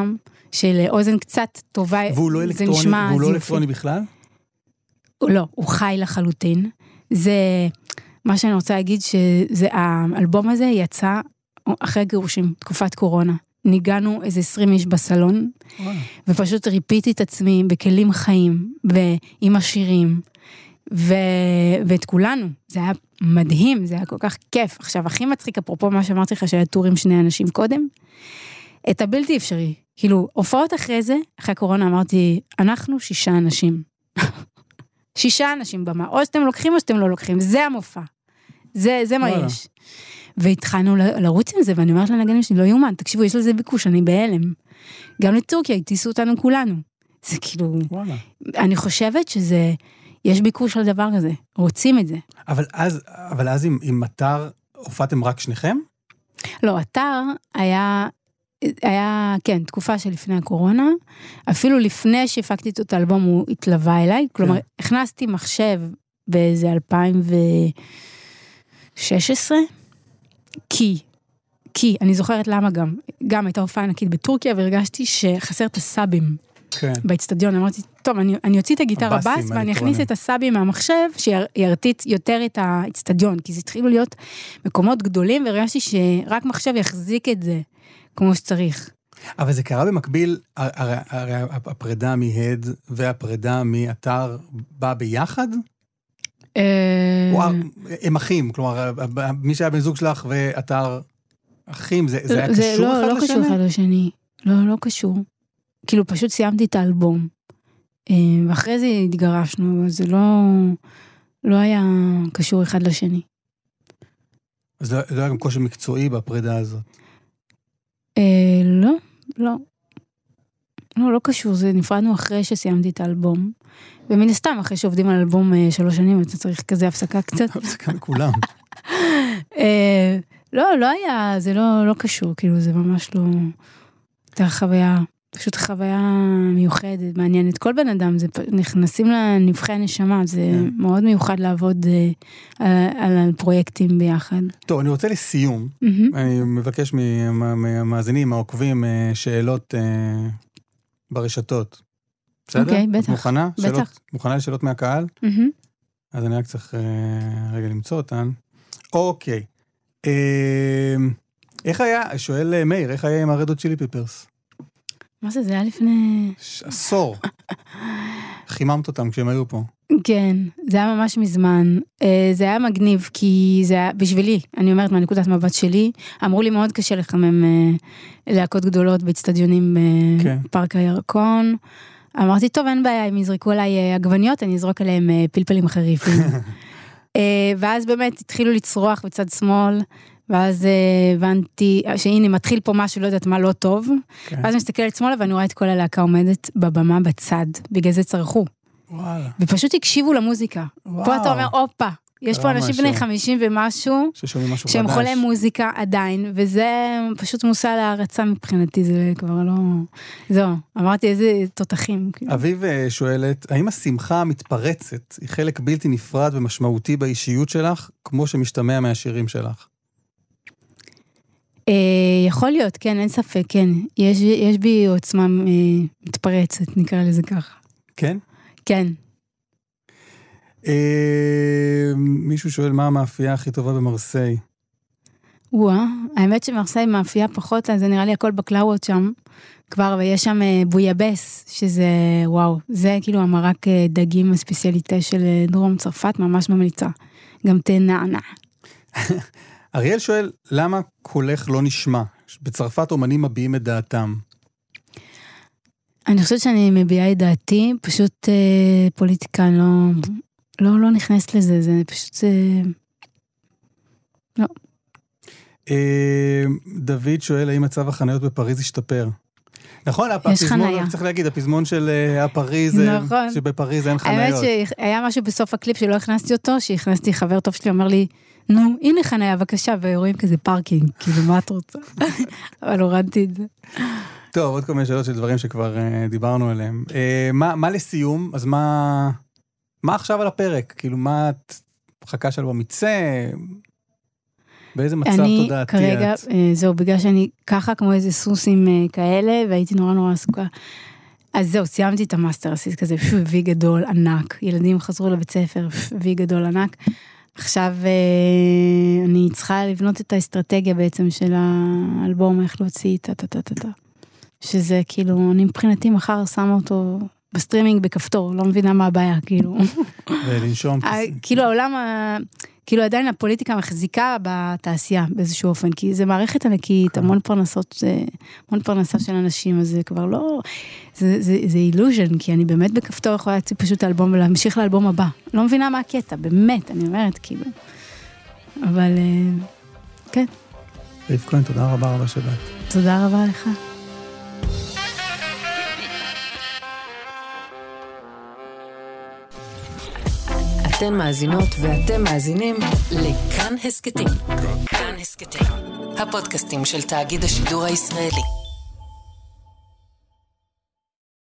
של אוזן קצת טובה, והוא לא אלקטרוני, נשמע, והוא לא יופי. אלקטרוני בכלל? הוא לא, הוא חי לחלוטין. זה, מה שאני רוצה להגיד, שזה, האלבום הזה יצא אחרי גירושים, תקופת קורונה. ניגענו איזה עשרים איש בסלון, וואו. ופשוט ריפיתי את עצמי בכלים חיים, ועם השירים, ו... ואת כולנו. זה היה מדהים, זה היה כל כך כיף. עכשיו, הכי מצחיק, אפרופו מה שאמרתי לך, שהיה טור עם שני אנשים קודם, את הבלתי אפשרי. כאילו, הופעות אחרי זה, אחרי הקורונה אמרתי, אנחנו שישה אנשים. שישה אנשים במה, או שאתם לוקחים או שאתם לא לוקחים, זה המופע. זה, זה מה יש. והתחלנו לרוץ עם זה, ואני אומרת לנגנים שלי, לא יומן, תקשיבו, יש לזה ביקוש, אני בהלם. גם לטורקיה, הטיסו אותנו כולנו. זה כאילו, וואלה. אני חושבת שזה, יש ביקוש על דבר כזה, רוצים את זה. אבל אז, אבל אז עם, עם אתר, הופעתם רק שניכם? לא, אתר היה, היה, כן, תקופה שלפני הקורונה, אפילו לפני שהפקתי את האלבום, הוא התלווה אליי, כלומר, כן. הכנסתי מחשב באיזה אלפיים ושש עשרה, כי, כי, אני זוכרת למה גם, גם הייתה הופעה ענקית בטורקיה, והרגשתי שחסר את הסאבים כן. באצטדיון, אמרתי, טוב, אני, אני אוציא את הגיטרה בס, ואני אכניס את הסאבים מהמחשב, שירטיט יותר את האצטדיון, כי זה התחילו להיות מקומות גדולים, והרגשתי שרק מחשב יחזיק את זה, כמו שצריך. אבל זה קרה במקביל, הרי הפרידה מהד, והפרידה מאתר בא ביחד? הם אחים, כלומר, מי שהיה בן זוג שלך ואתר אחים, זה היה קשור אחד לשני? לא קשור אחד לשני, לא, לא קשור. כאילו פשוט סיימתי את האלבום, ואחרי זה התגרשנו, זה לא, לא היה קשור אחד לשני. אז לא היה גם קושי מקצועי בפרידה הזאת? לא, לא. לא, לא קשור, זה נפרדנו אחרי שסיימתי את האלבום, ומן הסתם, אחרי שעובדים על אלבום שלוש שנים, אתה צריך כזה הפסקה קצת. הפסקה לכולם. לא, לא היה, זה לא, לא קשור, כאילו, זה ממש לא, הייתה חוויה, פשוט חוויה מיוחדת, מעניינת. כל בן אדם, זה נכנסים לנבחי הנשמה, זה מאוד מיוחד לעבוד על פרויקטים ביחד. טוב, אני רוצה לסיום, אני מבקש מהמאזינים, מהעוקבים, שאלות ברשתות. בסדר? אוקיי, בטח. מוכנה? בטח. מוכנה לשאלות מהקהל? אז אני רק צריך רגע למצוא אותן. אוקיי. איך היה, שואל מאיר, איך היה עם הרדות צ'ילי פיפרס? מה זה, זה היה לפני... עשור. חיממת אותם כשהם היו פה. כן, זה היה ממש מזמן. זה היה מגניב, כי זה היה, בשבילי, אני אומרת מהנקודת מבט שלי, אמרו לי מאוד קשה לחמם להקות גדולות באצטדיונים בפארק הירקון. אמרתי, טוב, אין בעיה, אם יזרקו עליי עגבניות, אני אזרוק עליהם פלפלים חריפים. ואז באמת התחילו לצרוח בצד שמאל, ואז הבנתי שהנה מתחיל פה משהו, לא יודעת מה לא טוב, ואז מסתכלת שמאלה ואני רואה את כל הלהקה עומדת בבמה בצד, בגלל זה צרחו. ופשוט הקשיבו למוזיקה. פה אתה אומר, אופה, יש פה אנשים בני חמישים ומשהו, שהם חולי מוזיקה עדיין, וזה פשוט מושא להרצה מבחינתי, זה כבר לא... זהו, אמרתי איזה תותחים. אביב שואלת, האם השמחה המתפרצת היא חלק בלתי נפרד ומשמעותי באישיות שלך, כמו שמשתמע מהשירים שלך? יכול להיות, כן, אין ספק, כן. יש, יש בי עוצמה מתפרצת, נקרא לזה ככה. כן? כן. מישהו שואל מה המאפייה הכי טובה במרסיי? וואה, האמת שמרסיי מאפייה פחות, אז זה נראה לי הכל בקלאוות שם, כבר, ויש שם בויאבס, שזה, וואו, זה כאילו המרק דגים הספציאליטה של דרום צרפת, ממש ממליצה. גם תנענע. אריאל שואל, למה קולך לא נשמע? בצרפת אומנים מביעים את דעתם. אני חושבת שאני מביעה את דעתי, פשוט אה, פוליטיקה לא, לא, לא נכנסת לזה, זה פשוט, אה, לא. אה, דוד שואל, האם מצב החניות בפריז השתפר? נכון, הפזמון, צריך להגיד, הפזמון של הפריז, נכון. שבפריז אין חניות. האמת שהיה משהו בסוף הקליפ שלא הכנסתי אותו, שהכנסתי חבר טוב שלי, אומר לי, נו, הנה חניה, בבקשה, ורואים כזה פארקינג, כאילו, מה את רוצה? אבל הורדתי את זה. טוב, עוד כל מיני שאלות של דברים שכבר uh, דיברנו עליהם. Uh, מה, מה לסיום? אז מה, מה עכשיו על הפרק? כאילו, מה את חכה שלו מצא? באיזה מצב תודעתי את? אני כרגע, זהו, בגלל שאני ככה כמו איזה סוסים כאלה, והייתי נורא נורא עסוקה. אז זהו, סיימתי את המאסטר, עשיתי כזה וי גדול, ענק. ילדים חזרו לבית ספר, וי גדול, ענק. עכשיו אני צריכה לבנות את האסטרטגיה בעצם של האלבום, איך להוציא, טה-טה-טה-טה. שזה כאילו, אני מבחינתי מחר שמה אותו בסטרימינג בכפתור, לא מבינה מה הבעיה, כאילו. ולנשום. כאילו העולם, כאילו עדיין הפוליטיקה מחזיקה בתעשייה באיזשהו אופן, כי זה מערכת ענקית, המון פרנסות, המון פרנסה של אנשים, אז זה כבר לא, זה אילוז'ן, כי אני באמת בכפתור יכולה להציג פשוט האלבום ולהמשיך לאלבום הבא. לא מבינה מה הקטע, באמת, אני אומרת, כאילו. אבל, כן. רב כהן, תודה רבה רבה שבאת. תודה רבה לך. אתן מאזינות ואתם מאזינים לכאן הסקטים. כאן הסקטים, הפודקאסטים של תאגיד השידור הישראלי.